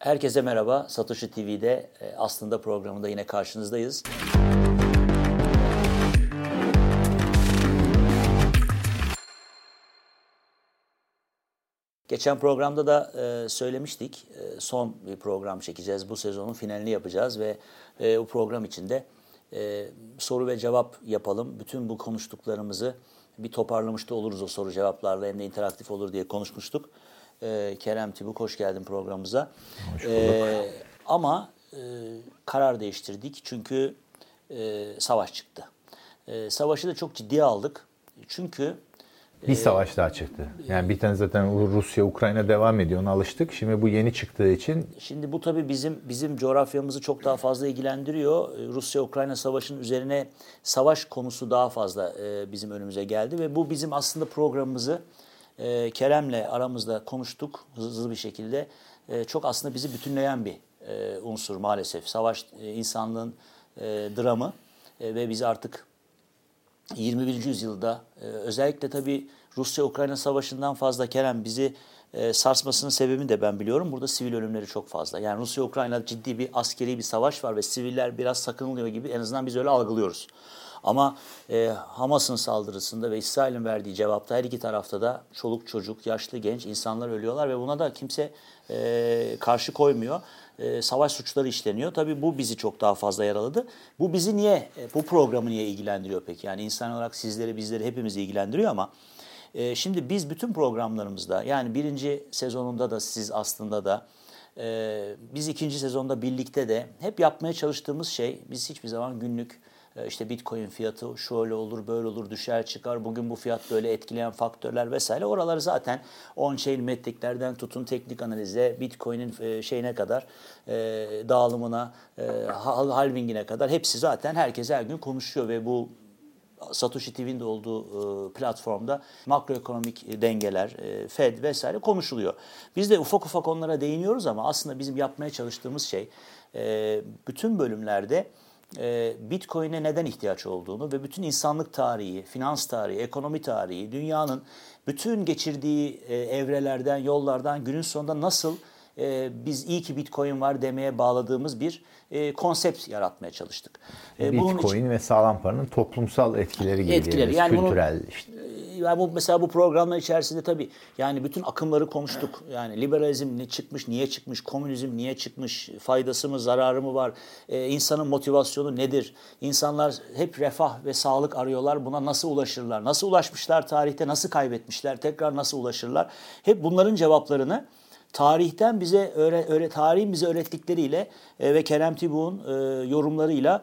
Herkese merhaba. Satoshi TV'de aslında programında yine karşınızdayız. Geçen programda da söylemiştik. Son bir program çekeceğiz. Bu sezonun finalini yapacağız ve bu program içinde soru ve cevap yapalım. Bütün bu konuştuklarımızı bir toparlamış da oluruz o soru cevaplarla, hem de interaktif olur diye konuşmuştuk. Kerem Tibuk, hoş geldin programımıza. Hoş bulduk. Ama karar değiştirdik çünkü savaş çıktı. Savaşı da çok ciddiye aldık. Çünkü bir savaş daha çıktı. Yani bir tane zaten Rusya-Ukrayna devam ediyor. Ona alıştık. Şimdi bu yeni çıktığı için. Şimdi bu tabii bizim coğrafyamızı çok daha fazla ilgilendiriyor. Rusya-Ukrayna savaşının üzerine savaş konusu daha fazla bizim önümüze geldi ve bu bizim aslında programımızı Kerem'le aramızda konuştuk hızlı bir şekilde. Çok aslında bizi bütünleyen bir unsur maalesef. Savaş insanlığın dramı ve biz artık 21. yüzyılda özellikle tabii Rusya-Ukrayna savaşından fazla Kerem bizi sarsmasının sebebini de ben biliyorum. Burada sivil ölümleri çok fazla. Yani Rusya-Ukrayna ciddi bir askeri bir savaş var ve siviller biraz sakınılıyor gibi, en azından biz öyle algılıyoruz. Ama Hamas'ın saldırısında ve İsrail'in verdiği cevapta her iki tarafta da çoluk çocuk, yaşlı genç insanlar ölüyorlar ve buna da kimse karşı koymuyor. Savaş suçları işleniyor. Tabii bu bizi çok daha fazla yaraladı. Bu bizi niye, bu programı niye ilgilendiriyor peki? Yani insan olarak sizleri, bizleri, hepimizi ilgilendiriyor ama şimdi biz bütün programlarımızda, yani birinci sezonunda da siz aslında da biz ikinci sezonda birlikte de hep yapmaya çalıştığımız şey, biz hiçbir zaman günlük işte Bitcoin fiyatı şöyle olur, böyle olur, düşer çıkar, bugün bu fiyat böyle etkileyen faktörler vesaire. Oraları zaten on-chain metriklerden tutun teknik analize, Bitcoin'in şeyine kadar, dağılımına, halvingine kadar hepsi zaten herkes her gün konuşuyor ve bu Satoshi TV'nin de olduğu platformda makroekonomik dengeler, Fed vesaire konuşuluyor. Biz de ufak ufak onlara değiniyoruz ama aslında bizim yapmaya çalıştığımız şey bütün bölümlerde Bitcoin'e neden ihtiyaç olduğunu ve bütün insanlık tarihi, finans tarihi, ekonomi tarihi, dünyanın bütün geçirdiği evrelerden, yollardan günün sonunda nasıl biz iyi ki Bitcoin var demeye bağladığımız bir konsept yaratmaya çalıştık. Bitcoin ve sağlam paranın toplumsal etkileri gibi yani kültürel işte. Yani mesela bu programlar içerisinde tabii yani bütün akımları konuştuk. Yani liberalizm ne çıkmış, niye çıkmış, komünizm niye çıkmış, faydası mı, zararı mı var, insanın motivasyonu nedir? İnsanlar hep refah ve sağlık arıyorlar, buna nasıl ulaşırlar? Nasıl ulaşmışlar tarihte, nasıl kaybetmişler, tekrar nasıl ulaşırlar? Hep bunların cevaplarını tarihten bize tarihin bize öğrettikleriyle ve Kerem Tibuk'un yorumlarıyla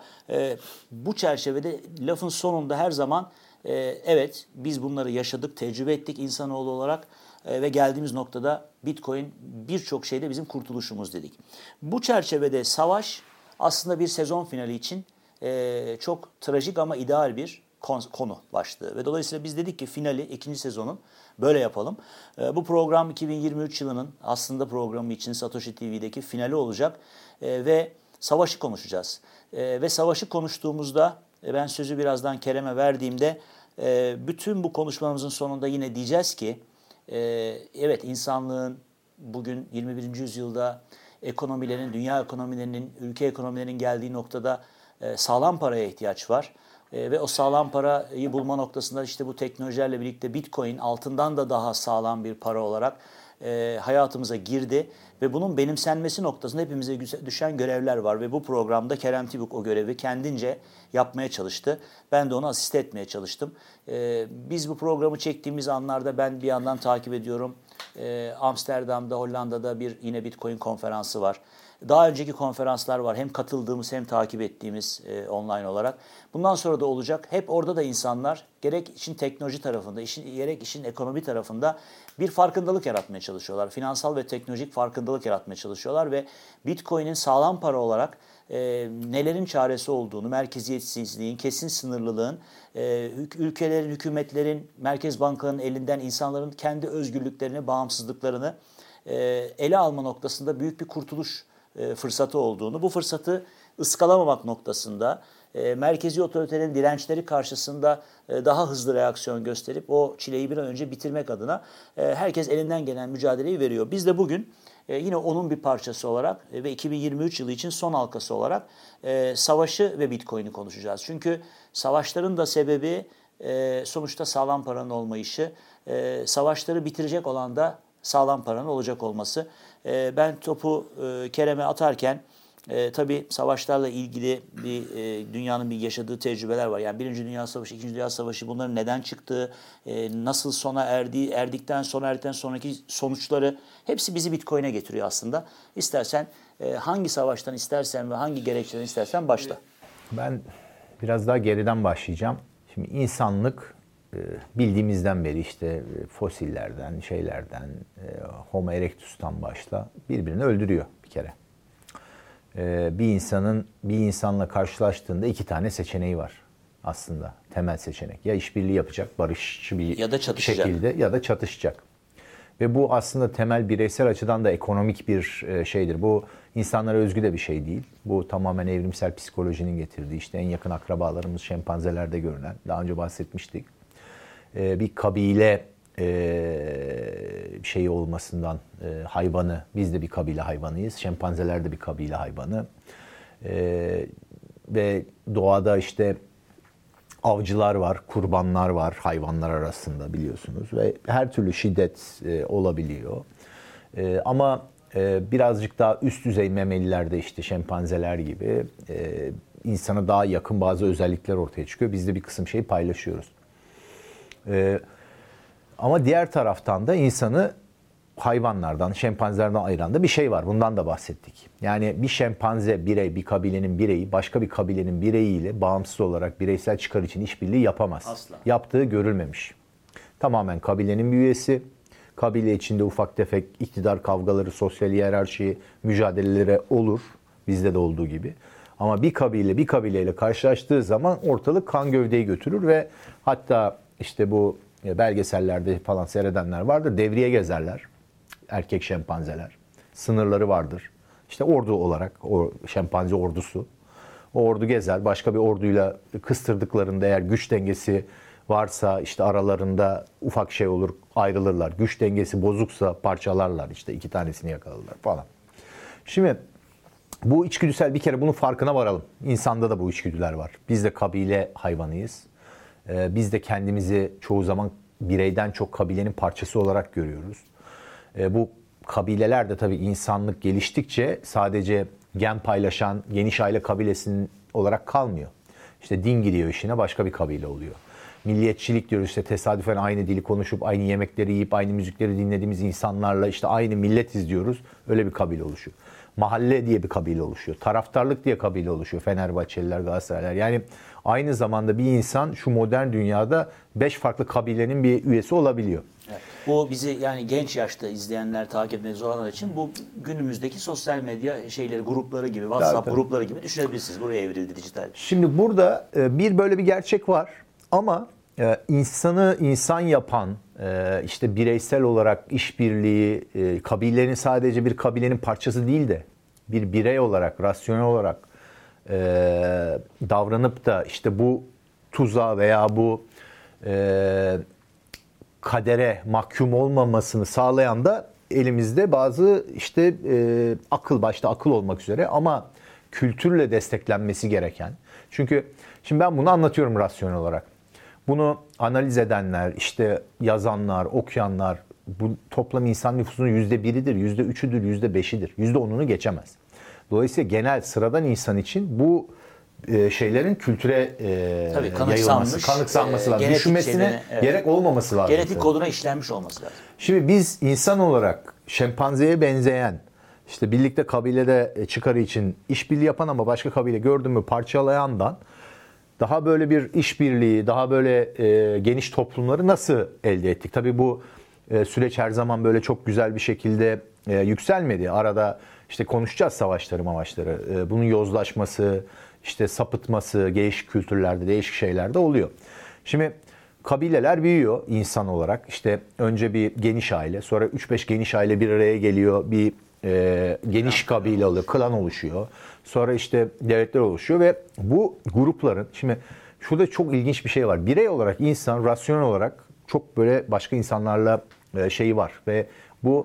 bu çerçevede lafın sonunda her zaman evet biz bunları yaşadık, tecrübe ettik insanoğlu olarak ve geldiğimiz noktada Bitcoin birçok şeyde bizim kurtuluşumuz dedik. Bu çerçevede savaş aslında bir sezon finali için çok trajik ama ideal bir konu başlığı. Ve dolayısıyla biz dedik ki finali, ikinci sezonun böyle yapalım. Bu program 2023 yılının aslında programı için Satoshi TV'deki finali olacak ve savaşı konuşacağız. Ve savaşı konuştuğumuzda ben sözü birazdan Kerem'e verdiğimde bütün bu konuşmamızın sonunda yine diyeceğiz ki evet insanlığın bugün 21. yüzyılda ekonomilerin, dünya ekonomilerinin, ülke ekonomilerinin geldiği noktada sağlam paraya ihtiyaç var. Ve o sağlam parayı bulma noktasında işte bu teknolojilerle birlikte Bitcoin altından da daha sağlam bir para olarak hayatımıza girdi. Ve bunun benimsenmesi noktasında hepimize düşen görevler var. Ve bu programda Kerem Tibuk o görevi kendince yapmaya çalıştı. Ben de onu asiste etmeye çalıştım. Biz bu programı çektiğimiz anlarda ben bir yandan takip ediyorum. Amsterdam'da, Hollanda'da yine Bitcoin konferansı var. Daha önceki konferanslar var. Hem katıldığımız hem takip ettiğimiz online olarak. Bundan sonra da olacak. Hep orada da insanlar gerek işin teknoloji tarafında, gerek işin ekonomi tarafında bir farkındalık yaratmaya çalışıyorlar. Finansal ve teknolojik farkındalık yaratmaya çalışıyorlar ve Bitcoin'in sağlam para olarak nelerin çaresi olduğunu, merkeziyetsizliğin, kesin sınırlılığın, ülkelerin, hükümetlerin, merkez bankalarının elinden insanların kendi özgürlüklerini, bağımsızlıklarını ele alma noktasında büyük bir kurtuluş fırsatı olduğunu, bu fırsatı ıskalamamak noktasında merkezi otoritelerin dirençleri karşısında daha hızlı reaksiyon gösterip o çileyi bir an önce bitirmek adına herkes elinden gelen mücadeleyi veriyor. Biz de bugün yine onun bir parçası olarak ve 2023 yılı için son halkası olarak savaşı ve Bitcoin'i konuşacağız. Çünkü savaşların da sebebi sonuçta sağlam paranın olmayışı, savaşları bitirecek olan da sağlam paranın olacak olması. Ben topu Kerem'e atarken tabii savaşlarla ilgili dünyanın bir yaşadığı tecrübeler var. Yani Birinci Dünya Savaşı, İkinci Dünya Savaşı, bunların neden çıktığı, nasıl sona erdikten sonraki sonuçları hepsi bizi Bitcoin'e getiriyor aslında. İstersen hangi savaştan istersen ve hangi gerekçeden istersen başla. Ben biraz daha geriden başlayacağım. Şimdi insanlık bildiğimizden beri işte fosillerden, Homo erectus'tan başla birbirini öldürüyor bir kere. Bir insanla karşılaştığında iki tane seçeneği var aslında, temel seçenek. Ya işbirliği yapacak, barışçı bir ya da şekilde ya da çatışacak. Ve bu aslında temel bireysel açıdan da ekonomik bir şeydir. Bu insanlara özgü de bir şey değil. Bu tamamen evrimsel psikolojinin getirdiği, işte en yakın akrabalarımız şempanzelerde görülen, daha önce bahsetmiştik. Bir kabile şeyi olmasından, hayvanı, biz de bir kabile hayvanıyız, şempanzeler de bir kabile hayvanı. Ve doğada işte avcılar var, kurbanlar var hayvanlar arasında, biliyorsunuz, ve her türlü şiddet olabiliyor. Ama birazcık daha üst düzey memelilerde, işte şempanzeler gibi insana daha yakın bazı özellikler ortaya çıkıyor. Biz de bir kısım şeyi paylaşıyoruz. Ama diğer taraftan da insanı hayvanlardan, şempanzelerden ayıran da bir şey var. Bundan da bahsettik. Yani bir şempanze birey, bir kabilenin bireyi başka bir kabilenin bireyiyle bağımsız olarak bireysel çıkar için işbirliği yapamaz. Asla. Yaptığı görülmemiş. Tamamen kabilenin bir üyesi. Kabile içinde ufak tefek iktidar kavgaları, sosyal hiyerarşi mücadeleleri olur. Bizde de olduğu gibi. Ama bir kabileyle karşılaştığı zaman ortalık kan gövdeyi götürür ve hatta işte bu belgesellerde falan seyredenler vardır. Devriye gezerler. Erkek şempanzeler. Sınırları vardır. İşte ordu olarak, o şempanze ordusu. O ordu gezer. Başka bir orduyla kıstırdıklarında eğer güç dengesi varsa işte aralarında ufak şey olur, ayrılırlar. Güç dengesi bozuksa parçalarlar, işte iki tanesini yakalarlar falan. Şimdi bu içgüdüsel, bir kere bunun farkına varalım. İnsanda da bu içgüdüler var. Biz de kabile hayvanıyız. Biz de kendimizi çoğu zaman bireyden çok kabilenin parçası olarak görüyoruz. Bu kabileler de tabii insanlık geliştikçe sadece gen paylaşan geniş aile kabilesinin olarak kalmıyor. İşte din giriyor işine, başka bir kabile oluyor. Milliyetçilik diyoruz, işte tesadüfen aynı dili konuşup, aynı yemekleri yiyip, aynı müzikleri dinlediğimiz insanlarla işte aynı milletiz diyoruz. Öyle bir kabile oluşuyor. Mahalle diye bir kabile oluşuyor. Taraftarlık diye kabile oluşuyor. Fenerbahçeliler, Galatasaraylar. Yani aynı zamanda bir insan şu modern dünyada 5 farklı kabilenin bir üyesi olabiliyor. Evet. Bu bizi yani genç yaşta izleyenler, takip etmeniz olanlar için bu günümüzdeki sosyal medya grupları gibi, WhatsApp grupları gibi düşünebilirsiniz. Buraya evrildi dijital. Şimdi burada böyle bir gerçek var ama insanı insan yapan, işte bireysel olarak işbirliği, kabilenin sadece bir kabilenin parçası değil de bir birey olarak, rasyonel olarak davranıp da işte bu tuzağa veya bu kadere mahkum olmamasını sağlayan da elimizde bazı işte başta akıl olmak üzere ama kültürle desteklenmesi gereken. Çünkü şimdi ben bunu anlatıyorum rasyonel olarak. Bunu analiz edenler, yazanlar, okuyanlar, bu toplam insan nüfusunun %1'idir, %3'üdür, %5'idir. %10'unu geçemez. Dolayısıyla genel sıradan insan için bu şeylerin kültüre yayılması, kanıksanması lazım. Düşünmesine gerek olmaması lazım. Genetik koduna işlenmiş olması lazım. Şimdi biz insan olarak şempanzeye benzeyen, işte birlikte kabilede çıkarı için işbirliği yapan ama başka kabile gördün mü parçalayandan daha böyle bir işbirliği, daha böyle geniş toplumları nasıl elde ettik? Tabii bu süreç her zaman böyle çok güzel bir şekilde yükselmedi. Arada işte konuşacağız savaşları. Bunun yozlaşması, işte sapıtması, değişik kültürlerde, değişik şeylerde oluyor. Şimdi kabileler büyüyor insan olarak. İşte önce bir geniş aile, sonra 3-5 geniş aile bir araya geliyor. Bir geniş kabile oluyor, klan oluşuyor. Sonra işte devletler oluşuyor ve bu grupların, şimdi şurada çok ilginç bir şey var. Birey olarak insan, rasyonel olarak çok böyle başka insanlarla şeyi var ve bu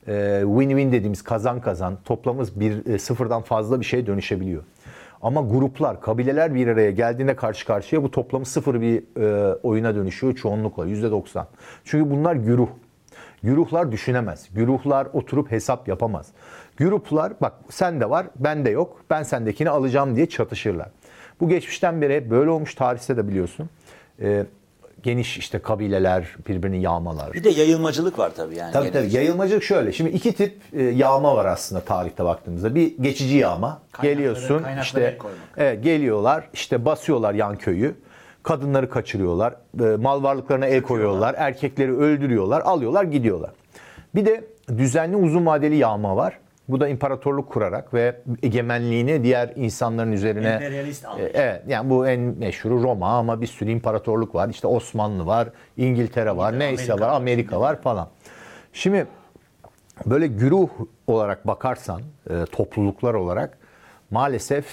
win-win dediğimiz kazan kazan, toplamımız sıfırdan fazla bir şeye dönüşebiliyor. Ama gruplar, kabileler bir araya geldiğinde karşı karşıya bu toplamı sıfır bir oyuna dönüşüyor çoğunlukla %90. Çünkü bunlar güruh. Güruhlar düşünemez. Güruhlar oturup hesap yapamaz. Güruhlar bak sende var, bende yok, ben sendekini alacağım diye çatışırlar. Bu geçmişten beri böyle olmuş, tarihte de biliyorsun. Geniş işte kabileler birbirini yağmalar. Bir de yayılmacılık var tabii yani. Tabii. Yayılmacılık şöyle. Şimdi iki tip yağma var aslında tarihte baktığımızda. Bir geçici yağma. Geliyorsun işte geliyorlar işte basıyorlar yan köyü. Kadınları kaçırıyorlar. Mal varlıklarına el koyuyorlar. Erkekleri öldürüyorlar. Alıyorlar gidiyorlar. Bir de düzenli uzun vadeli yağma var. Bu da imparatorluk kurarak ve egemenliğini diğer insanların üzerine... Emperyalist anlayış. Evet, yani bu en meşhuru Roma ama bir sürü imparatorluk var. İşte Osmanlı var, İngiltere var, neyse var, Amerika var falan. Şimdi böyle güruh olarak bakarsan, topluluklar olarak maalesef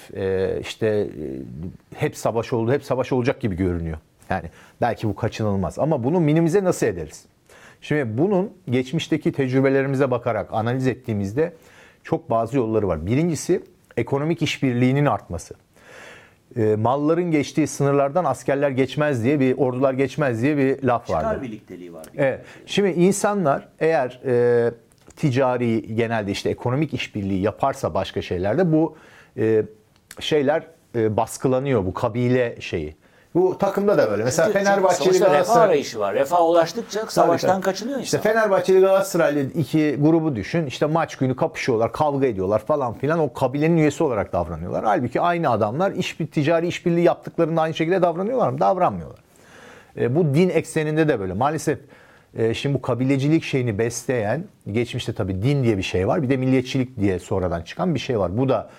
hep savaş oldu, hep savaş olacak gibi görünüyor. Yani belki bu kaçınılmaz ama bunu minimize nasıl ederiz? Şimdi bunun geçmişteki tecrübelerimize bakarak analiz ettiğimizde çok bazı yolları var. Birincisi ekonomik işbirliğinin artması. Malların geçtiği sınırlardan askerler geçmez diye ordular geçmez diye bir laf vardı. Çıkar birlikteliği var. Evet. Şimdi insanlar eğer ticari genelde işte ekonomik işbirliği yaparsa başka şeylerde bu şeyler baskılanıyor, bu kabile şeyi. Bu takımda da böyle. Mesela Fenerbahçeli Galatasaray refah arayışı var. Refah ulaştıkça savaştan kaçınıyor İşte insan. Fenerbahçeli Galatasaraylı iki grubu düşün. İşte maç günü kapışıyorlar, kavga ediyorlar falan filan. O kabilenin üyesi olarak davranıyorlar. Halbuki aynı adamlar ticari işbirliği yaptıklarında aynı şekilde davranıyorlar mı? Davranmıyorlar. Bu din ekseninde de böyle. Maalesef şimdi bu kabilecilik şeyini besleyen, geçmişte tabii din diye bir şey var. Bir de milliyetçilik diye sonradan çıkan bir şey var. Bu da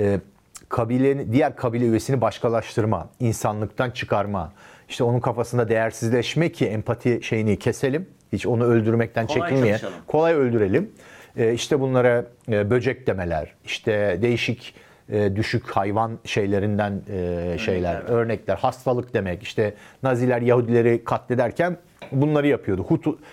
diğer kabile üyesini başkalaştırma, insanlıktan çıkarma, işte onun kafasında değersizleşme ki empati şeyini keselim. Hiç onu öldürmekten çekinmeye. Kolay öldürelim. İşte bunlara böcek demeler, işte değişik düşük hayvan şeylerinden örnekler, hastalık demek. İşte Naziler Yahudileri katlederken bunları yapıyordu.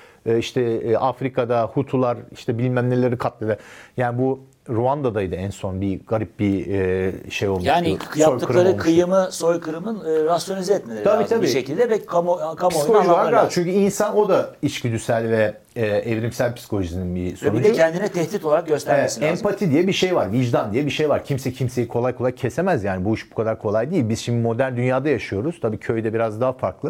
Afrika'da Hutular işte bilmem neleri katleder. Yani bu Ruanda'daydı en son bir garip bir şey olmuştu. Yani yaptıkları soykırımın rasyonize etmeleri lazım bir şekilde ve kamuoyuna anlatmaları lazım. Çünkü insan o da içgüdüsel ve evrimsel psikolojinin bir sonucu. Ve bir de kendine tehdit olarak göstermesi lazım. Empati diye bir şey var, vicdan diye bir şey var. Kimse kimseyi kolay kolay kesemez yani bu iş bu kadar kolay değil. Biz şimdi modern dünyada yaşıyoruz. Tabii köyde biraz daha farklı.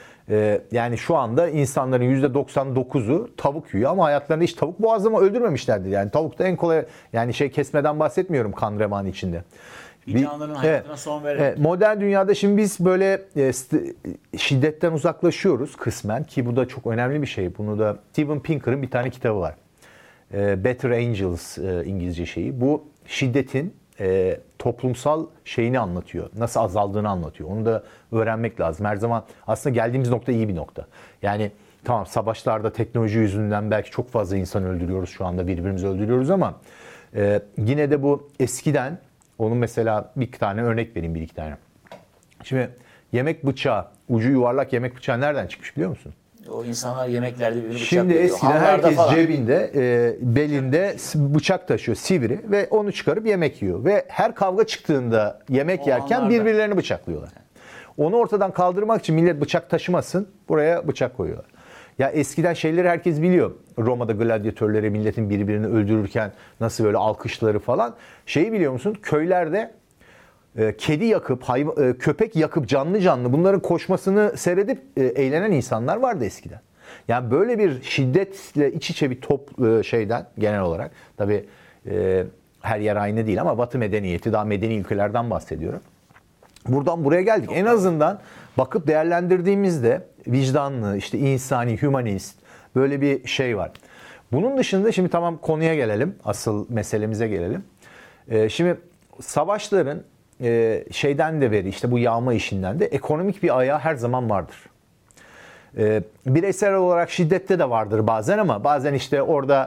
Yani şu anda insanların %99'u tavuk yiyor ama hayatlarında hiç tavuk boğazlama öldürmemişlerdir. Yani tavuk da en kolay yani kesmeden bahsetmiyorum kan revan içinde. Bir canlının hayatına son vererek. Modern dünyada şimdi biz böyle şiddetten uzaklaşıyoruz kısmen ki bu da çok önemli bir şey. Bunu da Steven Pinker'ın bir tane kitabı var. Better Angels İngilizce şeyi. Bu şiddetin toplumsal şeyini anlatıyor. Nasıl azaldığını anlatıyor. Onu da öğrenmek lazım. Her zaman aslında geldiğimiz nokta iyi bir nokta. Yani tamam savaşlarda teknoloji yüzünden belki çok fazla insan öldürüyoruz şu anda birbirimizi öldürüyoruz ama yine de bu eskiden onun mesela bir tane örnek vereyim bir iki tane. Şimdi yemek bıçağı, ucu yuvarlak yemek bıçağı nereden çıkmış biliyor musun? O insanlar yemeklerde birbirini bıçak Şimdi veriyor. eskiden herkes cebinde, belinde bıçak taşıyor sivri ve onu çıkarıp yemek yiyor. Ve her kavga çıktığında yemek yerken birbirlerini bıçaklıyorlar. Onu ortadan kaldırmak için millet bıçak taşımasın, buraya bıçak koyuyorlar. Ya eskiden şeyleri herkes biliyor. Roma'da gladyatörleri milletin birbirini öldürürken nasıl böyle alkışları falan. Şeyi biliyor musun? Köylerde kedi yakıp, köpek yakıp canlı canlı bunların koşmasını seyredip eğlenen insanlar vardı eskiden. Yani böyle bir şiddetle iç içe bir şeyden genel olarak tabii her yer aynı değil ama Batı medeniyeti daha medeni ülkelerden bahsediyorum. Buradan buraya geldik. En azından bakıp değerlendirdiğimizde vicdanlı, işte insani, hümanist böyle bir şey var. Bunun dışında şimdi tamam konuya gelelim. Asıl meselemize gelelim. Şimdi savaşların şeyden de beri işte bu yağma işinden de ekonomik bir ayağı her zaman vardır. Bireysel olarak şiddette de vardır bazen ama bazen işte orada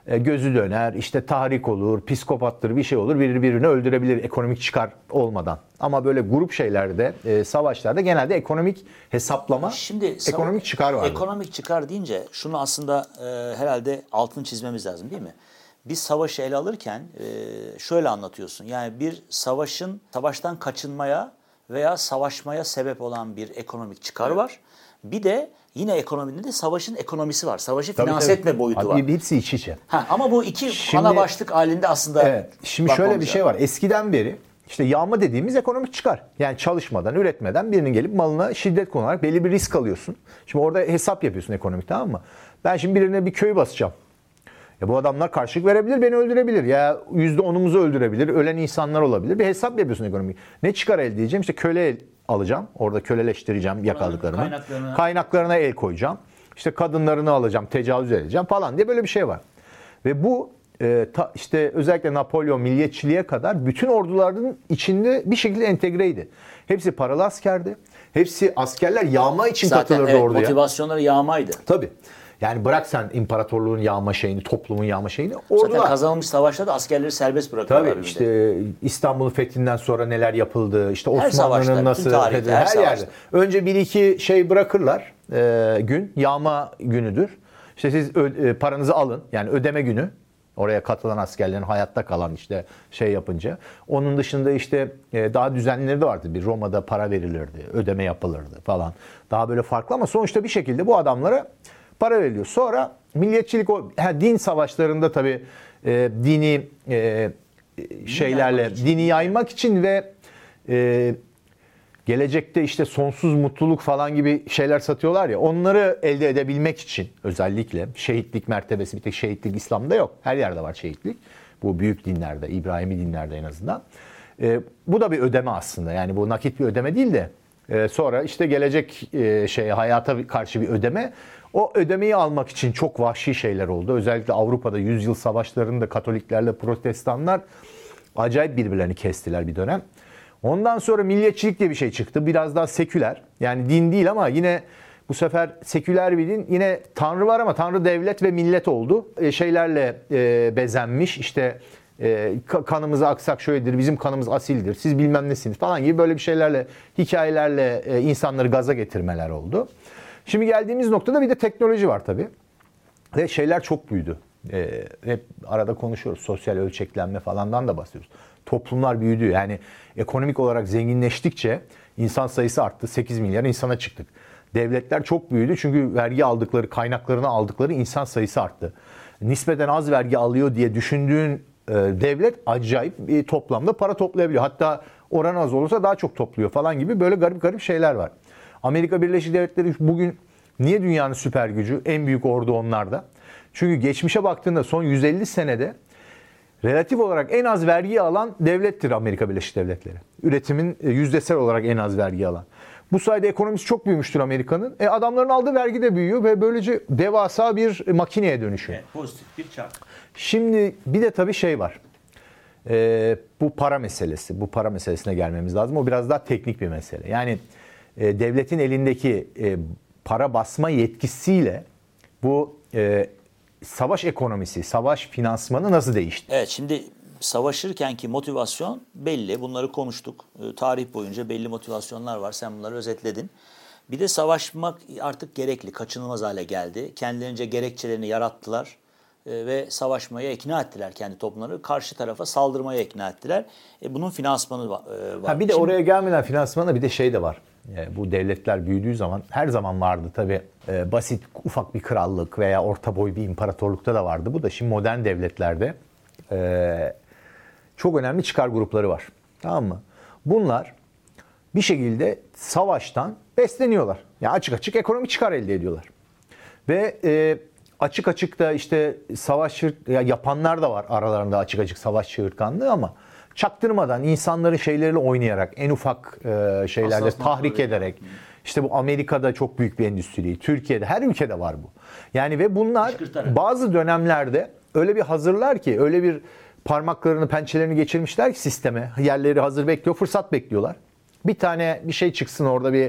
gözü döner, işte tahrik olur, psikopattır, bir şey olur, birbirini öldürebilir ekonomik çıkar olmadan. Ama böyle grup şeylerde, savaşlarda genelde ekonomik hesaplama, Şimdi ekonomik çıkar var. Ekonomik çıkar deyince şunu aslında herhalde altını çizmemiz lazım değil mi? Biz savaşı ele alırken şöyle anlatıyorsun. Yani bir savaştan kaçınmaya veya savaşmaya sebep olan bir ekonomik çıkar var. Bir de yine ekonomide de savaşın ekonomisi var. Savaşı finanse etme boyutu var. Hepsi iç içe. Ama bu iki ana başlık halinde aslında evet. Şimdi şöyle bir şey var. Eskiden beri işte yağma dediğimiz ekonomik çıkar. Yani çalışmadan, üretmeden birinin gelip malına şiddet kullanarak belli bir risk alıyorsun. Şimdi orada hesap yapıyorsun ekonomik, tamam mı? Ben şimdi birine bir köy basacağım. Ya bu adamlar karşılık verebilir, beni öldürebilir. Ya %10'umuzu öldürebilir, ölen insanlar olabilir. Bir hesap yapıyorsun ekonomik. Ne çıkar elde edeceğim? İşte köle alacağım. Orada köleleştireceğim yakaladıklarımı. Kaynaklarına el koyacağım. İşte kadınlarını alacağım, tecavüz edeceğim falan diye böyle bir şey var. Ve bu işte özellikle Napolyon milliyetçiliğe kadar bütün orduların içinde bir şekilde entegreydi. Hepsi paralı askerdi. Hepsi askerler yağma için katılırdı orduya. Motivasyonları yağmaydı. Tabii. Yani bırak sen imparatorluğun yağma şeyini, toplumun yağma şeyini. Ordular. Zaten kazanılmış savaşlarda askerleri serbest bırakıyorlar. Tabii işte İstanbul'un fethinden sonra neler yapıldı, işte Osmanlı'nın nasıl her yerde. Önce bir iki şey bırakırlar gün, yağma günüdür. İşte siz paranızı alın, yani ödeme günü. Oraya katılan askerlerin hayatta kalan işte şey yapınca. Onun dışında işte daha düzenleri de vardı. Bir Roma'da para verilirdi, ödeme yapılırdı falan. Daha böyle farklı ama sonuçta bir şekilde bu adamlara para veriliyor. Sonra milliyetçilik din savaşlarında tabii dini şeylerle dini yaymak için ve gelecekte işte sonsuz mutluluk falan gibi şeyler satıyorlar ya, onları elde edebilmek için özellikle şehitlik mertebesi, bir tek şehitlik İslam'da yok. Her yerde var şehitlik. Bu büyük dinlerde, İbrahimi dinlerde en azından. Bu da bir ödeme aslında. Yani bu nakit bir ödeme değil de sonra işte gelecek hayata karşı bir ödeme. O ödemeyi almak için çok vahşi şeyler oldu. Özellikle Avrupa'da yüzyıl savaşlarında Katoliklerle Protestanlar acayip birbirlerini kestiler bir dönem. Ondan sonra milliyetçilik diye bir şey çıktı. Biraz daha seküler. Yani din değil ama yine bu sefer seküler bir din. Yine Tanrı var ama Tanrı devlet ve millet oldu. Şeylerle bezenmiş. İşte kanımız aksak şöyledir, bizim kanımız asildir, siz bilmem nesiniz falan gibi böyle bir şeylerle, hikayelerle insanları gaza getirmeler oldu. Şimdi geldiğimiz noktada bir de teknoloji var tabii. Ve şeyler çok büyüdü. Hep arada konuşuyoruz. Sosyal ölçeklenme falandan da bahsediyoruz. Toplumlar büyüdü. Yani ekonomik olarak zenginleştikçe insan sayısı arttı. 8 milyar insana çıktık. Devletler çok büyüdü çünkü vergi aldıkları, kaynaklarını aldıkları insan sayısı arttı. Nispeten az vergi alıyor diye düşündüğün devlet acayip bir toplamda para toplayabiliyor. Hatta oran az olursa daha çok topluyor falan gibi böyle garip garip şeyler var. Amerika Birleşik Devletleri bugün niye dünyanın süper gücü? En büyük ordu onlarda. Çünkü geçmişe baktığında son 150 senede relatif olarak en az vergi alan devlettir Amerika Birleşik Devletleri. Üretimin yüzdesel olarak en az vergi alan. Bu sayede ekonomisi çok büyümüştür Amerika'nın. Adamların aldığı vergi de büyüyor ve böylece devasa bir makineye dönüşüyor. Evet, pozitif bir çark. Şimdi bir de tabii şey var. Bu para meselesi. Bu para meselesine gelmemiz lazım. O biraz daha teknik bir mesele. Yani devletin elindeki para basma yetkisiyle bu savaş ekonomisi, savaş finansmanı nasıl değişti? Evet, şimdi savaşırkenki motivasyon belli. Bunları konuştuk. Tarih boyunca belli motivasyonlar var. Sen bunları özetledin. Bir de savaşmak artık gerekli, kaçınılmaz hale geldi. Kendilerince gerekçelerini yarattılar ve savaşmaya ikna ettiler kendi toplumları. Karşı tarafa saldırmaya ikna ettiler. Bunun finansmanı var. Bir de oraya gelmeden finansmana bir de şey de var. Bu devletler büyüdüğü zaman her zaman vardı tabii, basit ufak bir krallık veya orta boy bir imparatorlukta da vardı. Bu da şimdi modern devletlerde çok önemli çıkar grupları var. Tamam mı? Bunlar bir şekilde savaştan besleniyorlar. Yani açık açık ekonomik çıkar elde ediyorlar. Ve açık açık da işte savaş yapanlar da var aralarında, açık açık savaş çığırtkanlığı, ama çaktırmadan insanların şeyleriyle oynayarak, en ufak şeylerle tahrik ederek. İşte bu Amerika'da çok büyük bir endüstri, Türkiye'de, her ülkede var bu. Yani ve bunlar bazı dönemlerde öyle bir hazırlar ki, öyle bir parmaklarını, pençelerini geçirmişler ki sisteme, yerleri hazır bekliyor, fırsat bekliyorlar. Bir tane bir şey çıksın orada, bir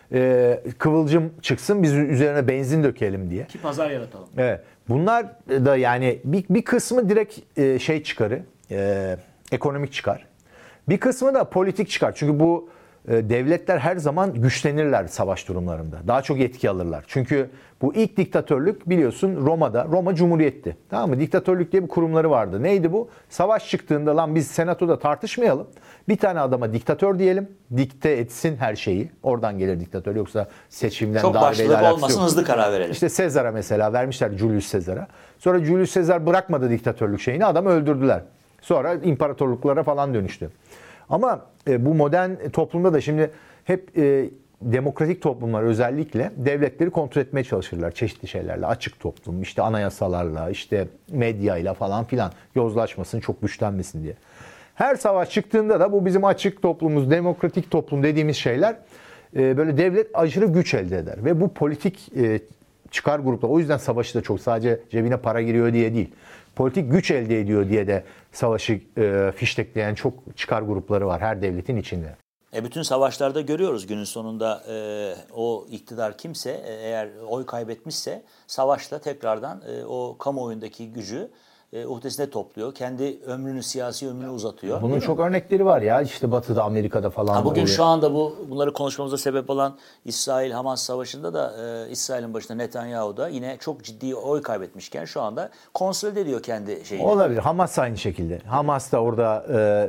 kıvılcım çıksın, biz üzerine benzin dökelim diye. Ki pazar yaratalım. Evet. Bunlar da yani bir kısmı direkt şey çıkarı, ekonomik çıkar. Bir kısmı da politik çıkar. Çünkü bu devletler her zaman güçlenirler savaş durumlarında. Daha çok etki alırlar. Çünkü bu ilk diktatörlük biliyorsun Roma Cumhuriyet'ti. Tamam mı? Diktatörlük diye bir kurumları vardı. Neydi bu? Savaş çıktığında lan biz senatoda tartışmayalım. Bir tane adama diktatör diyelim. Dikte etsin her şeyi. Oradan gelir diktatör. Yoksa seçimden çok darbeyle başlılık alakası olmasın, yok. hızlı karar verelim. İşte Sezar'a mesela vermişler, Julius Caesar'a. Sonra Julius Caesar bırakmadı diktatörlük şeyini. Adamı öldürdüler. Sonra imparatorluklara falan dönüştü. Ama bu modern toplumda da şimdi hep demokratik toplumlar özellikle devletleri kontrol etmeye çalışırlar çeşitli şeylerle. Açık toplum, işte anayasalarla, işte medyayla falan filan, yozlaşmasın, çok güçlenmesin diye. Her savaş çıktığında da bu bizim açık toplumumuz, demokratik toplum dediğimiz şeyler böyle devlet aşırı güç elde eder. Ve bu politik çıkar gruplar, o yüzden savaşı da çok sadece cebine para giriyor diye değil. Politik güç elde ediyor diye de savaşı fiştekleyen çok çıkar grupları var her devletin içinde. Bütün savaşlarda görüyoruz günün sonunda o iktidar kimse eğer oy kaybetmişse savaşla tekrardan o kamuoyundaki gücü uhdesine topluyor. Kendi ömrünü, siyasi ömrünü uzatıyor. Bunun çok örnekleri var ya, işte Batı'da, Amerika'da falan. Bugün şu anda bunları konuşmamıza sebep olan İsrail-Hamas savaşında da İsrail'in başında Netanyahu da yine çok ciddi oy kaybetmişken şu anda konsolide ediyor kendi şeyini. Olabilir. Hamas aynı şekilde. Hamas da orada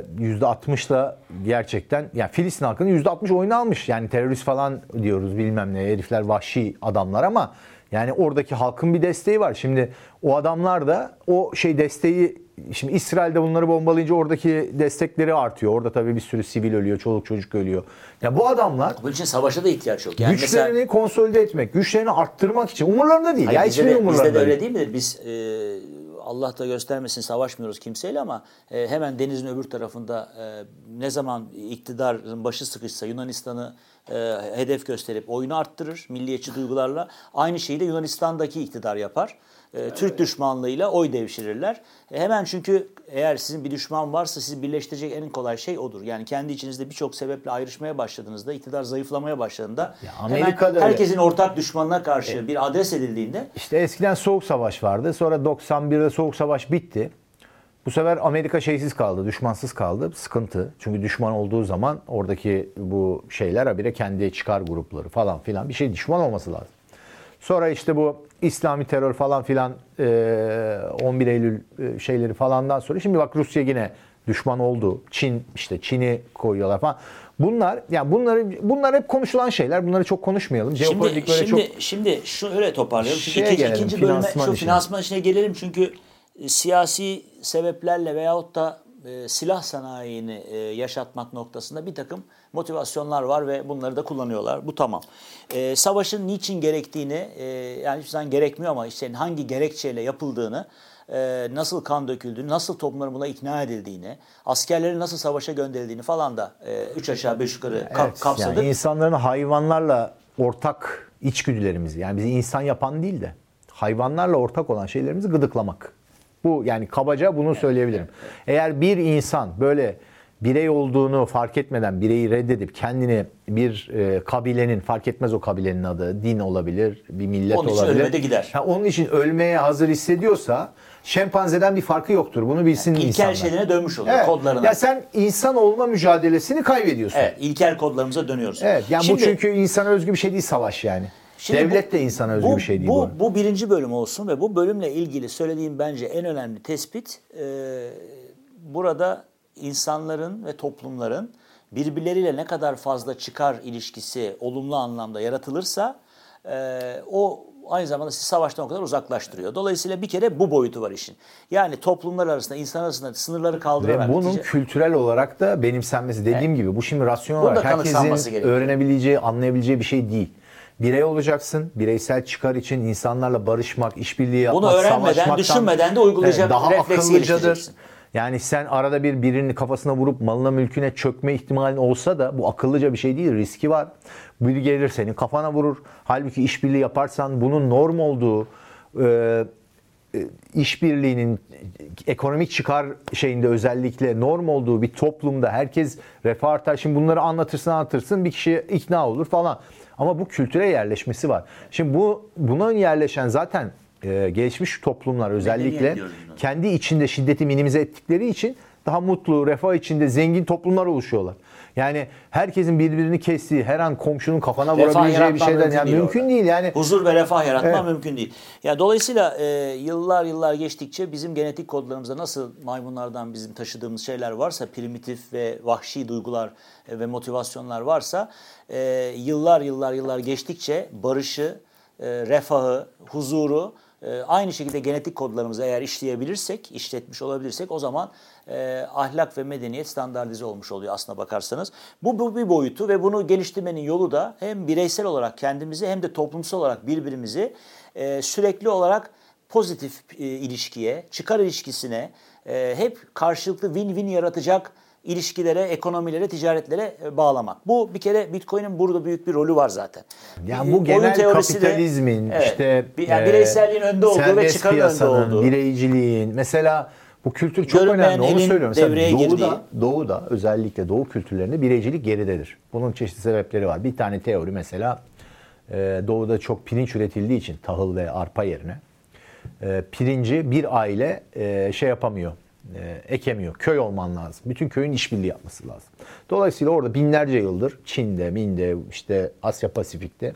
%60'la gerçekten, yani Filistin halkının %60 oyunu almış. Yani terörist falan diyoruz, bilmem ne, herifler vahşi adamlar ama yani oradaki halkın bir desteği var. Şimdi o adamlar da o desteği, şimdi İsrail'de bunları bombalayınca oradaki destekleri artıyor. Orada tabii bir sürü sivil ölüyor, çoluk çocuk ölüyor. Ya bu adamlar bunun için savaşa da ihtiyaç yok. Yani güçlerini mesela, konsolide etmek, güçlerini arttırmak için umurlarında değil. hayır, Ya hiçbir umurlarında bizde de öyle değil. değil midir? Biz Allah da göstermesin savaşmıyoruz kimseyle ama hemen denizin öbür tarafında ne zaman iktidarın başı sıkışsa Yunanistan'ı hedef gösterip oyunu arttırır milliyetçi duygularla. Aynı şeyi de Yunanistan'daki iktidar yapar. Türk düşmanlığıyla oy devşirirler. Hemen, çünkü eğer sizin bir düşman varsa sizi birleştirecek en kolay şey odur. Yani kendi içinizde birçok sebeple ayrışmaya başladığınızda, iktidar zayıflamaya başladığında Amerika'da hemen herkesin ortak düşmanına karşı bir adres edildiğinde İşte eskiden Soğuk Savaş vardı. Sonra 91'de Soğuk Savaş bitti. Bu sefer Amerika şeysiz kaldı, düşmansız kaldı. Sıkıntı. Çünkü düşman olduğu zaman oradaki bu şeyler habire kendi çıkar grupları falan filan bir şey düşman olması lazım. Sonra işte bu İslami terör falan filan 11 Eylül şeyleri falandan sonra şimdi bak Rusya yine düşman oldu. Çin, işte Çin'i koyuyorlar falan. Bunlar, yani bunlar hep konuşulan şeyler. Bunları çok konuşmayalım. Jeopolitik böyle çok. Şimdi şöyle toparlayalım. Çünkü Gelelim, ikinci bölüme finansman finansman işine gelelim. Çünkü siyasi sebeplerle veyahut da silah sanayini yaşatmak noktasında bir takım motivasyonlar var ve bunları da kullanıyorlar. Bu tamam. Savaşın niçin gerektiğini, yani hiçbir zaman gerekmiyor ama işte hangi gerekçeyle yapıldığını, nasıl kan döküldüğünü, nasıl toplumların buna ikna edildiğini, askerlerin nasıl savaşa gönderildiğini falan da 3 aşağı 5 yukarı kapsadık. Yani insanların hayvanlarla ortak içgüdülerimizi, yani bizi insan yapan değil de hayvanlarla ortak olan şeylerimizi gıdıklamak. Bu, yani kabaca bunu söyleyebilirim. Eğer bir insan böyle birey olduğunu fark etmeden bireyi reddedip kendini bir kabilenin, fark etmez o kabilenin adı, din olabilir, bir millet onun olabilir. için ölmeye de gider. Onun için ölmeye hazır hissediyorsa şempanzeden bir farkı yoktur. Bunu bilsin İlkel insanlar. şeylerine dönmüş oluyor, Evet. kodlarına. Ya sen insan olma mücadelesini kaybediyorsun. Evet, ilkel kodlarımıza dönüyoruz. Evet, yani Şimdi, bu çünkü insana özgü bir şey değil savaş yani. Devlet de insana özgü bir şey değil bu. Bu birinci bölüm olsun ve bu bölümle ilgili söylediğim bence en önemli tespit burada insanların ve toplumların birbirleriyle ne kadar fazla çıkar ilişkisi olumlu anlamda yaratılırsa o aynı zamanda sizi savaştan o kadar uzaklaştırıyor. Dolayısıyla bir kere bu boyutu var işin. Yani toplumlar arasında, insanlar arasında sınırları kaldırarak. Ve bunun kültürel olarak da benimsenmesi. Dediğim gibi bu şimdi rasyonel olarak herkesin öğrenebileceği, anlayabileceği bir şey değil. Birey olacaksın. Bireysel çıkar için insanlarla barışmak, işbirliği yapmak, bunu öğrenmeden, düşünmeden de uygulayacak daha refleksi geliştireceksin. Yani sen arada birinin kafasına vurup malına mülküne çökme ihtimalin olsa da bu akıllıca bir şey değil. Riski var. Biri gelir senin kafana vurur. Halbuki işbirliği yaparsan bunun norm olduğu, işbirliğinin ekonomik çıkar şeyinde özellikle norm olduğu bir toplumda herkes refah artar. Şimdi bunları anlatırsın bir kişi ikna olur falan. Ama bu kültüre yerleşmesi var. Şimdi buna yerleşen zaten gelişmiş toplumlar özellikle kendi içinde şiddeti minimize ettikleri için daha mutlu, refah içinde zengin toplumlar oluşuyorlar. Yani herkesin birbirini kestiği, her an komşunun kafana vurabileceği bir şeyden yani mümkün değil. Yani huzur ve refah yaratma mümkün değil. Yani dolayısıyla yıllar geçtikçe bizim genetik kodlarımızda nasıl maymunlardan bizim taşıdığımız şeyler varsa, primitif ve vahşi duygular ve motivasyonlar varsa yıllar geçtikçe barışı, refahı, huzuru aynı şekilde genetik kodlarımıza eğer işleyebilirsek, işletmiş olabilirsek o zaman ahlak ve medeniyet standartize olmuş oluyor aslına bakarsanız. Bu bir boyutu ve bunu geliştirmenin yolu da hem bireysel olarak kendimizi hem de toplumsal olarak birbirimizi sürekli olarak pozitif ilişkiye, çıkar ilişkisine hep karşılıklı win-win yaratacak ilişkilere, ekonomilere, ticaretlere bağlamak. Bu bir kere Bitcoin'in burada büyük bir rolü var zaten. Yani bu genel kapitalizmin işte yani bireyselliğin önde olduğu ve çıkarın önde olduğu. Bireyciliğin mesela bu kültür çok önemli. Onu söylüyorum. Mesela Doğu'da özellikle Doğu kültürlerinde bireycilik geridedir. Bunun çeşitli sebepleri var. Bir tane teori mesela Doğu'da çok pirinç üretildiği için tahıl ve arpa yerine pirinci bir aile şey yapamıyor. Ekemiyor. Köy olman lazım. Bütün köyün işbirliği yapması lazım. Dolayısıyla orada binlerce yıldır Çin'de, Min'de, işte Asya Pasifik'te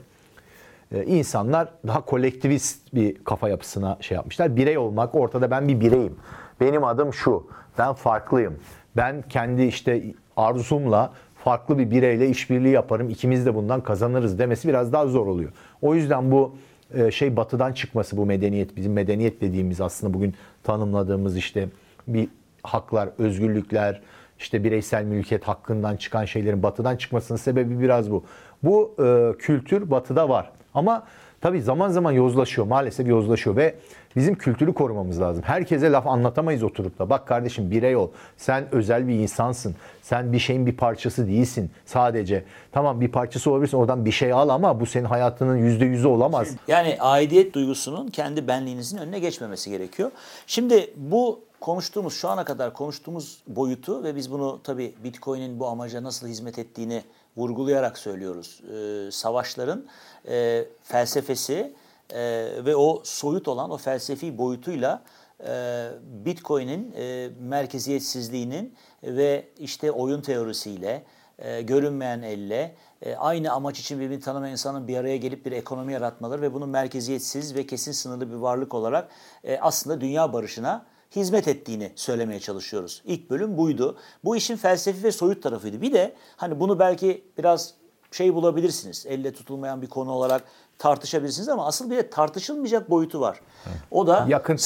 insanlar daha kolektivist bir kafa yapısına şey yapmışlar. Birey olmak, ortada ben bir bireyim. Benim adım şu. Ben farklıyım. Ben kendi işte arzumla farklı bir bireyle işbirliği yaparım. İkimiz de bundan kazanırız demesi biraz daha zor oluyor. O yüzden bu batıdan çıkması, bu medeniyet, bizim medeniyet dediğimiz aslında bugün tanımladığımız işte bir haklar, özgürlükler, işte bireysel mülkiyet hakkından çıkan şeylerin batıdan çıkmasının sebebi biraz bu. Bu kültür batıda var. Ama tabii zaman zaman yozlaşıyor. Maalesef yozlaşıyor ve bizim kültürü korumamız lazım. Herkese laf anlatamayız oturup da. Bak kardeşim birey ol. Sen özel bir insansın. Sen bir şeyin bir parçası değilsin sadece. Tamam bir parçası olabilirsin. Oradan bir şey al ama bu senin hayatının %100'ü olamaz. Yani aidiyet duygusunun kendi benliğinizin önüne geçmemesi gerekiyor. Şimdi bu konuştuğumuz, şu ana kadar konuştuğumuz boyutu ve biz bunu tabii Bitcoin'in bu amaca nasıl hizmet ettiğini vurgulayarak söylüyoruz. Savaşların felsefesi ve o soyut olan o felsefi boyutuyla Bitcoin'in merkeziyetsizliğinin ve işte oyun teorisiyle, görünmeyen elle, aynı amaç için birbirini tanımayan insanın bir araya gelip bir ekonomi yaratmaları ve bunun merkeziyetsiz ve kesin sınırlı bir varlık olarak aslında dünya barışına hizmet ettiğini söylemeye çalışıyoruz. İlk bölüm buydu. Bu işin felsefi ve soyut tarafıydı. Bir de hani bunu belki biraz bulabilirsiniz. Elle tutulmayan bir konu olarak tartışabilirsiniz ama asıl bir de tartışılmayacak boyutu var. O da yakın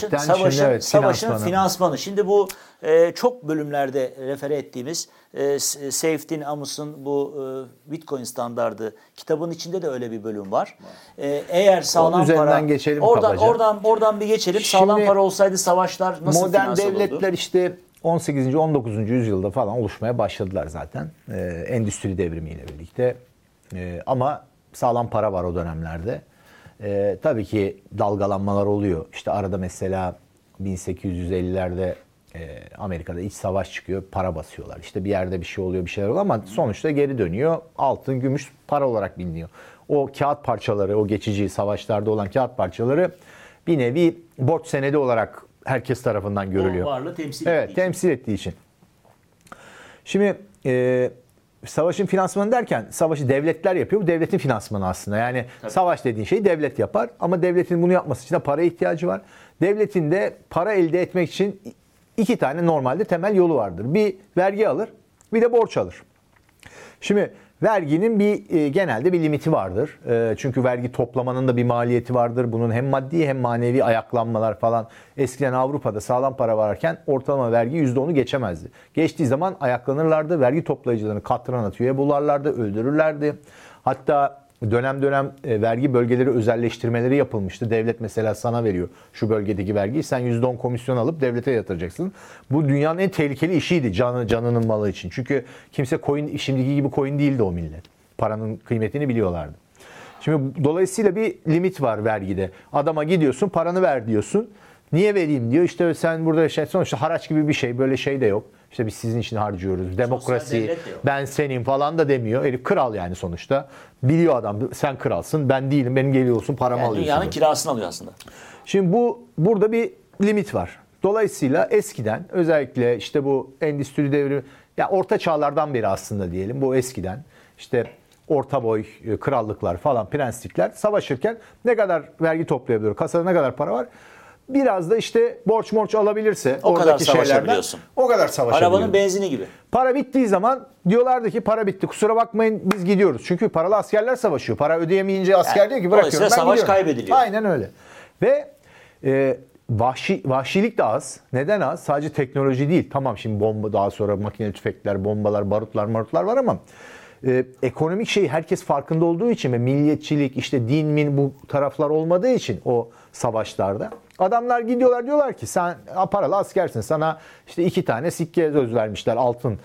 savaşın finansmanı. Şimdi bu çok bölümlerde refere ettiğimiz Seyfettin Amos'un bu Bitcoin standardı kitabın içinde de öyle bir bölüm var. Eğer sağlam para geçelim oradan bir geçelim. Şimdi, sağlam para olsaydı savaşlar nasıl modern finansal olurdu? Modern devletler işte 18. 19. yüzyılda falan oluşmaya başladılar zaten. Endüstri devrimiyle birlikte. Ama sağlam para var o dönemlerde. Tabii ki dalgalanmalar oluyor. İşte arada mesela 1850'lerde Amerika'da iç savaş çıkıyor. Para basıyorlar. İşte bir yerde bir şey oluyor, bir şeyler oluyor ama sonuçta geri dönüyor. Altın, gümüş para olarak biliniyor. O kağıt parçaları, o geçici savaşlarda olan kağıt parçaları bir nevi borç senedi olarak herkes tarafından görülüyor. O varlığı temsil ettiği için. Temsil ettiği için. Şimdi savaşın finansmanı derken savaşı devletler yapıyor. Bu devletin finansmanı aslında. Yani tabii. Savaş dediğin şeyi devlet yapar ama devletin bunu yapması için de paraya ihtiyacı var. Devletin de para elde etmek için iki tane normalde temel yolu vardır. Bir vergi alır, bir de borç alır. Şimdi verginin genelde bir limiti vardır. Çünkü vergi toplamanın da bir maliyeti vardır. Bunun hem maddi hem manevi ayaklanmalar falan. Eskiden Avrupa'da sağlam para varken ortalama vergi %10'u geçemezdi. Geçtiği zaman ayaklanırlardı. Vergi toplayıcılarını katrana tüye bularlardı, öldürürlerdi. Hatta dönem dönem vergi bölgeleri özelleştirmeleri yapılmıştı. Devlet mesela sana veriyor şu bölgedeki vergiyi. Sen %10 komisyon alıp devlete yatıracaksın. Bu dünyanın en tehlikeli işiydi canının malı için. Çünkü kimse şimdiki gibi coin değildi o millet. Paranın kıymetini biliyorlardı. Şimdi dolayısıyla bir limit var vergide. Adama gidiyorsun, paranı ver diyorsun. Niye vereyim diyor. İşte sen burada sonuçta haraç gibi bir şey. Böyle şey de yok. İşte biz sizin için harcıyoruz. Demokrasi, ben senin falan da demiyor. Herif kral yani sonuçta. Biliyor adam, sen kralsın, ben değilim. Benim geliyorsun, paramı yani alıyorsun. Dünyanın kirasını alıyor aslında. Şimdi burada bir limit var. Dolayısıyla eskiden özellikle işte bu endüstri devrimi, ya orta çağlardan beri aslında diyelim, bu eskiden işte orta boy krallıklar falan, prenslikler savaşırken ne kadar vergi toplayabiliyor, kasada ne kadar para var, biraz da işte borç alabilirse o kadar oradaki savaşabiliyorsun. O kadar savaşabiliyor. Arabanın benzini gibi. Para bittiği zaman diyorlardı ki para bitti, kusura bakmayın biz gidiyoruz. Çünkü paralı askerler savaşıyor. Para ödeyemeyince asker diyor ki bırakıyorum, ben savaş gidiyorum. kaybediliyor. Aynen öyle. Ve vahşilik de az. Neden az? Sadece teknoloji değil. Tamam, şimdi bomba, daha sonra makineli tüfekler, bombalar, barutlar var ama ekonomik şey herkes farkında olduğu için ve milliyetçilik, işte din min bu taraflar olmadığı için o savaşlarda adamlar gidiyorlar, diyorlar ki sen paralı askersin, sana işte 2 tane sikke söz vermişler, altın.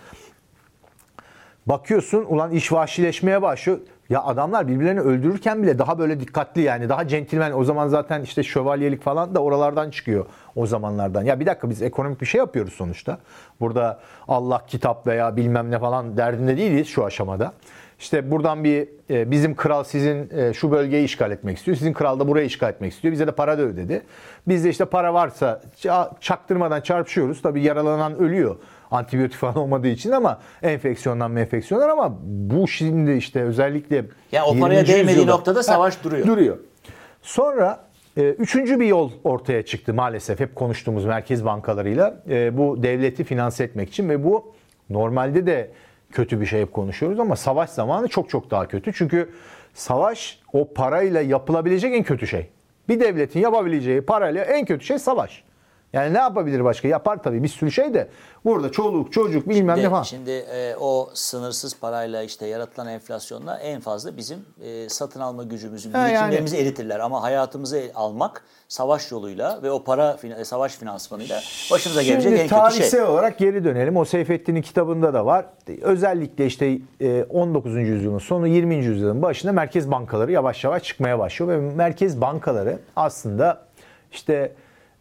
Bakıyorsun ulan iş vahşileşmeye başlıyor. Ya adamlar birbirlerini öldürürken bile daha böyle dikkatli, yani daha centilmen. O zaman zaten işte şövalyelik falan da oralardan çıkıyor, o zamanlardan. Ya bir dakika, biz ekonomik bir şey yapıyoruz sonuçta. Burada Allah, kitap veya bilmem ne falan derdinde değiliz şu aşamada. İşte buradan bizim kral sizin şu bölgeyi işgal etmek istiyor. Sizin kral da burayı işgal etmek istiyor. Bize de para da ödedi. Bizde işte para varsa çaktırmadan çarpışıyoruz. Tabii yaralanan ölüyor. Antibiyotik falan olmadığı için, ama enfeksiyonlar, ama bu şimdi işte özellikle yani o paraya değmediği noktada savaş duruyor. Sonra üçüncü bir yol ortaya çıktı maalesef, hep konuştuğumuz merkez bankalarıyla bu devleti finanse etmek için, ve bu normalde de kötü bir şey, hep konuşuyoruz ama savaş zamanı çok daha kötü. Çünkü savaş o parayla yapılabilecek en kötü şey. Bir devletin yapabileceği parayla en kötü şey savaş. Yani ne yapabilir başka? Yapar tabii bir sürü şey de. Burada çoluk, çocuk bilmem ne falan. Şimdi o sınırsız parayla işte yaratılan enflasyonla en fazla bizim satın alma gücümüzü, birikimlerimizi eritirler. Ama hayatımızı almak savaş yoluyla ve o savaş finansmanıyla başımıza gelecek en kötü şey. Şimdi tarihsel olarak geri dönelim. O Seyfettin'in kitabında da var. Özellikle işte 19. yüzyılın sonu, 20. yüzyılın başında merkez bankaları yavaş yavaş çıkmaya başlıyor. Ve merkez bankaları aslında işte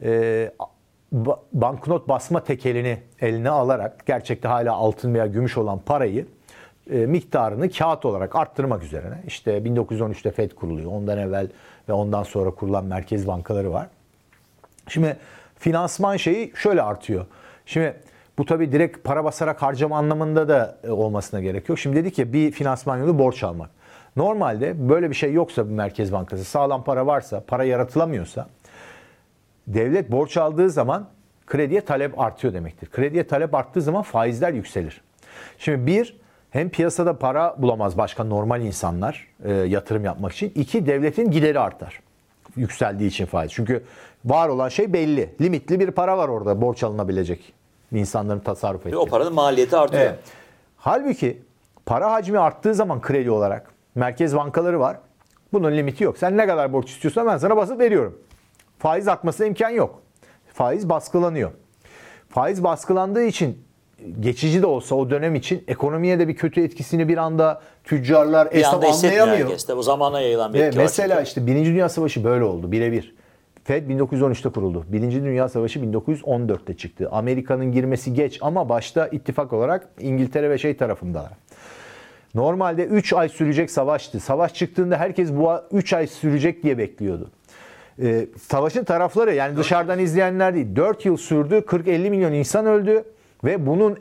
banknot basma tekelini eline alarak gerçekte hala altın veya gümüş olan parayı miktarını kağıt olarak arttırmak üzerine. İşte 1913'te FED kuruluyor. Ondan evvel ve ondan sonra kurulan merkez bankaları var. Şimdi finansman şeyi şöyle artıyor. Şimdi bu tabii direkt para basarak harcama anlamında da olmasına gerek yok. Şimdi dedik ya, bir finansman yolu borç almak. Normalde böyle bir şey yoksa, bir merkez bankası sağlam para varsa, para yaratılamıyorsa, devlet borç aldığı zaman krediye talep artıyor demektir. Krediye talep arttığı zaman faizler yükselir. Şimdi hem piyasada para bulamaz başka normal insanlar yatırım yapmak için. 2, devletin gideri artar. Yükseldiği için faiz. Çünkü var olan şey belli. Limitli bir para var orada borç alınabilecek. İnsanların tasarruf ettiği. Ve o paranın maliyeti artıyor. Evet. Halbuki para hacmi arttığı zaman kredi olarak merkez bankaları var. Bunun limiti yok. Sen ne kadar borç istiyorsan ben sana basıp veriyorum. Faiz artmasına imkan yok. Faiz baskılanıyor. Faiz baskılandığı için geçici de olsa o dönem için ekonomiye de bir kötü etkisini bir anda tüccarlar, esnaf anlayamıyor. Herkes de bu zamana yayılan bir etki var. Mesela işte 1. Dünya Savaşı böyle oldu birebir. FED 1913'te kuruldu. 1. Dünya Savaşı 1914'te çıktı. Amerika'nın girmesi geç ama başta ittifak olarak İngiltere ve tarafındalar. Normalde 3 ay sürecek savaştı. Savaş çıktığında herkes bu 3 ay sürecek diye bekliyordu. Savaşın tarafları, yani dışarıdan izleyenler değil, 4 yıl sürdü, 40-50 milyon insan öldü ve bunun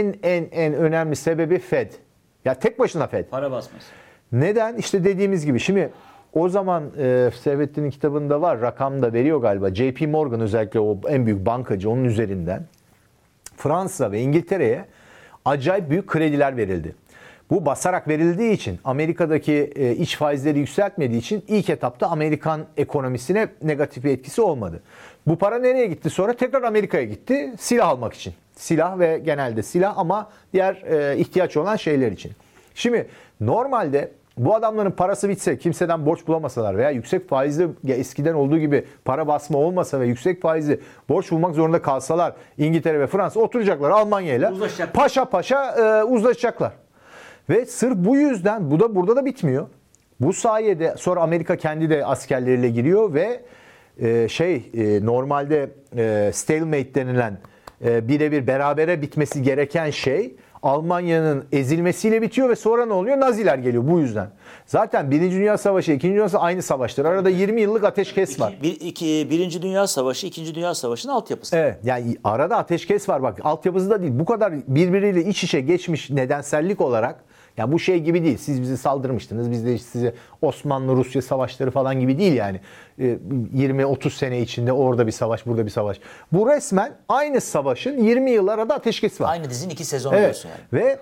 en önemli sebebi FED. Ya tek başına FED. Para basması. Neden? İşte dediğimiz gibi. Şimdi o zaman Seyfettin'in kitabında var, rakam da veriyor galiba. JP Morgan, özellikle o en büyük bankacı, onun üzerinden Fransa ve İngiltere'ye acayip büyük krediler verildi. Bu basarak verildiği için, Amerika'daki iç faizleri yükseltmediği için ilk etapta Amerikan ekonomisine negatif bir etkisi olmadı. Bu para nereye gitti sonra? Tekrar Amerika'ya gitti, silah almak için. Silah ve genelde silah, ama diğer ihtiyaç olan şeyler için. Şimdi normalde bu adamların parası bitse, kimseden borç bulamasalar veya yüksek faizli eskiden olduğu gibi para basma olmasa ve yüksek faizli borç bulmak zorunda kalsalar, İngiltere ve Fransa oturacaklar Almanya'yla paşa uzlaşacaklar. Ve sırf bu yüzden, bu da burada da bitmiyor. Bu sayede sonra Amerika kendi de askerleriyle giriyor ve normalde stalemate denilen birebir berabere bitmesi gereken şey Almanya'nın ezilmesiyle bitiyor ve sonra ne oluyor? Naziler geliyor bu yüzden. Zaten Birinci Dünya Savaşı, İkinci Dünya Savaşı aynı savaştır. Arada 20 yıllık ateşkes var. Birinci Dünya Savaşı, İkinci Dünya Savaşı'nın altyapısı. Evet, yani arada ateşkes var bak. Altyapısı da değil. Bu kadar birbiriyle iç içe geçmiş nedensellik olarak. Ya bu şey gibi değil. Siz bizi saldırmıştınız. Biz de size Osmanlı-Rusya savaşları falan gibi değil yani. 20-30 sene içinde orada bir savaş, burada bir savaş. Bu resmen aynı savaşın 20 yıl arada ateşkesi var. Aynı dizinin 2 sezonu diyorsun yani. Ve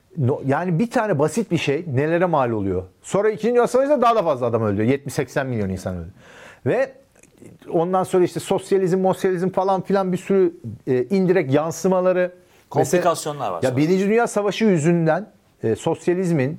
yani bir tane basit bir şey nelere mal oluyor. Sonra 2. Dünya Savaşı'nda daha da fazla adam öldü. 70-80 milyon insan öldü. Ve ondan sonra işte sosyalizm falan filan bir sürü indirekt yansımaları. Komplikasyonlar var. Ya Birinci Dünya Savaşı yüzünden sosyalizmin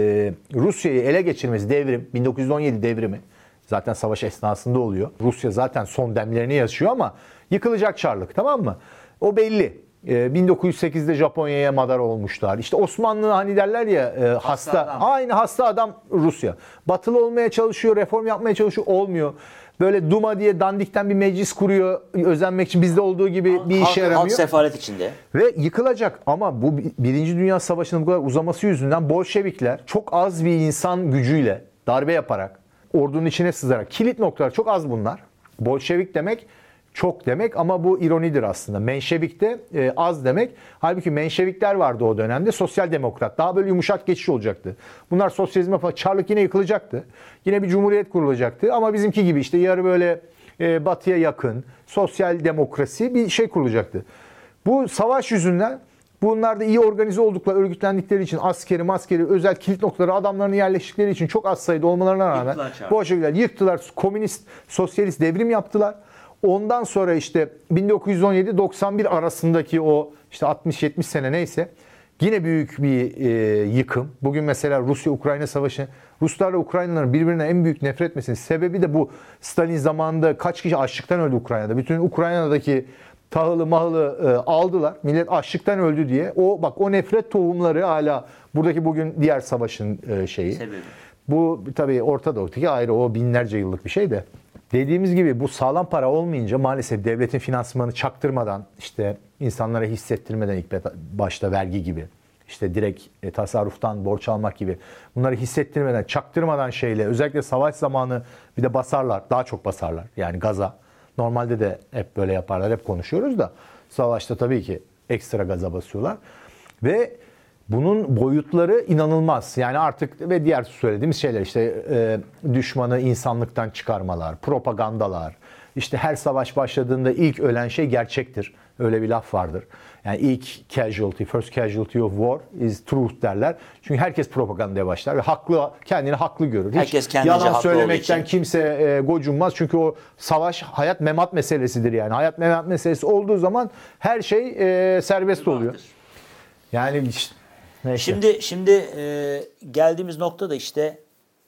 Rusya'yı ele geçirmesi, devrim, 1917 devrimi zaten savaş esnasında oluyor. Rusya zaten son demlerini yaşıyor ama yıkılacak çarlık, tamam mı? O belli. 1908'de Japonya'ya madar olmuşlar. İşte Osmanlı hani derler ya hasta adam. Aynı hasta adam Rusya. Batılı olmaya çalışıyor, reform yapmaya çalışıyor, olmuyor. Böyle Duma diye dandikten bir meclis kuruyor özenmek için, bizde olduğu gibi bir işe yaramıyor. Halk sefalet içinde. Ve yıkılacak ama bu Birinci Dünya Savaşı'nın bu kadar uzaması yüzünden Bolşevikler çok az bir insan gücüyle darbe yaparak, ordunun içine sızarak, kilit noktalar çok az bunlar. Bolşevik demek çok demek ama bu ironidir aslında. Menşevik de az demek. Halbuki Menşevikler vardı o dönemde. Sosyal demokrat. Daha böyle yumuşak geçiş olacaktı. Bunlar sosyalizme falan. Çarlık yine yıkılacaktı. Yine bir cumhuriyet kurulacaktı. Ama bizimki gibi işte yarı böyle batıya yakın sosyal demokrasi bir şey kurulacaktı. Bu savaş yüzünden bunlar da iyi organize oldukları, örgütlendikleri için askeri, özel kilit noktaları adamlarını yerleştikleri için çok az sayıda olmalarına rağmen Bolşevikler yıktılar. Komünist, sosyalist devrim yaptılar. Ondan sonra işte 1917-91 arasındaki o işte 60-70 sene neyse yine büyük bir yıkım. Bugün mesela Rusya-Ukrayna savaşı, Ruslarla Ukraynalıların birbirine en büyük nefret etmesinin sebebi de bu. Stalin zamanında kaç kişi açlıktan öldü Ukrayna'da. Bütün Ukrayna'daki tahılı mahılı aldılar. Millet açlıktan öldü diye. O nefret tohumları hala buradaki bugün diğer savaşın şeyi. Sebebi. Bu tabii Orta Doğu'daki ayrı, o binlerce yıllık bir şey de. Dediğimiz gibi bu sağlam para olmayınca maalesef devletin finansmanı çaktırmadan, işte insanlara hissettirmeden ilk başta vergi gibi, işte direkt tasarruftan borç almak gibi bunları hissettirmeden, çaktırmadan şeyle, özellikle savaş zamanı bir de basarlar, daha çok basarlar yani gaza. Normalde de hep böyle yaparlar, hep konuşuyoruz da savaşta tabii ki ekstra gaza basıyorlar ve bunun boyutları inanılmaz. Yani artık ve diğer söylediğimiz şeyler işte düşmanı insanlıktan çıkarmalar, propagandalar. İşte her savaş başladığında ilk ölen şey gerçektir. Öyle bir laf vardır. Yani ilk casualty, first casualty of war is truth derler. Çünkü herkes propagandaya başlar ve kendini haklı görür. Herkes hiç kendince yalan haklı söylemekten olduğu için. kimse gocunmaz. Çünkü o savaş hayat memat meselesidir yani. Hayat memat meselesi olduğu zaman her şey serbest oluyor. Yani işte neyse. Şimdi geldiğimiz nokta da işte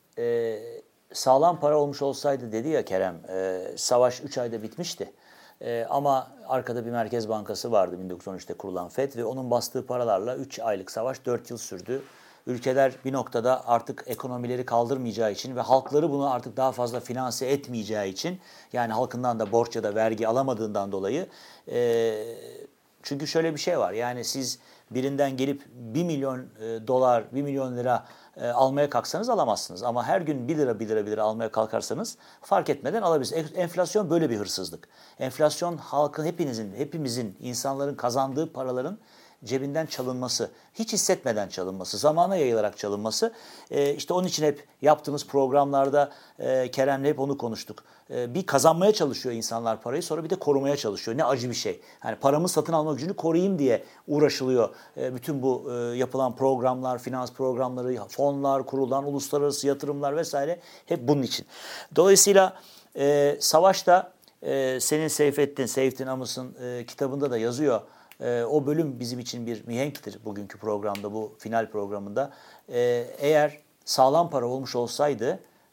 sağlam para olmuş olsaydı dedi ya Kerem, savaş 3 ayda bitmişti. Ama arkada bir Merkez Bankası vardı 1913'te kurulan FED ve onun bastığı paralarla 3 aylık savaş 4 yıl sürdü. Ülkeler bir noktada artık ekonomileri kaldırmayacağı için ve halkları bunu artık daha fazla finanse etmeyeceği için, yani halkından da borç ya da vergi alamadığından dolayı, çünkü şöyle bir şey var, yani siz birinden gelip 1 milyon dolar, 1 milyon lira almaya kalksanız alamazsınız. Ama her gün 1 lira almaya kalkarsanız fark etmeden alabilirsiniz. Enflasyon böyle bir hırsızlık. Enflasyon halkın, hepimizin, insanların kazandığı paraların cebinden çalınması, hiç hissetmeden çalınması, zamana yayılarak çalınması. İşte onun için hep yaptığımız programlarda Kerem'le hep onu konuştuk. Bir kazanmaya çalışıyor insanlar parayı, sonra bir de korumaya çalışıyor. Ne acı bir şey. Yani paramın satın alma gücünü koruyayım diye uğraşılıyor. Bütün bu yapılan programlar, finans programları, fonlar, kurulan uluslararası yatırımlar vesaire hep bunun için. Dolayısıyla savaşta senin Seyfettin Amos'un kitabında da yazıyor. O bölüm bizim için bir mihenktir bugünkü programda, bu final programında. Eğer sağlam para olmuş olsaydı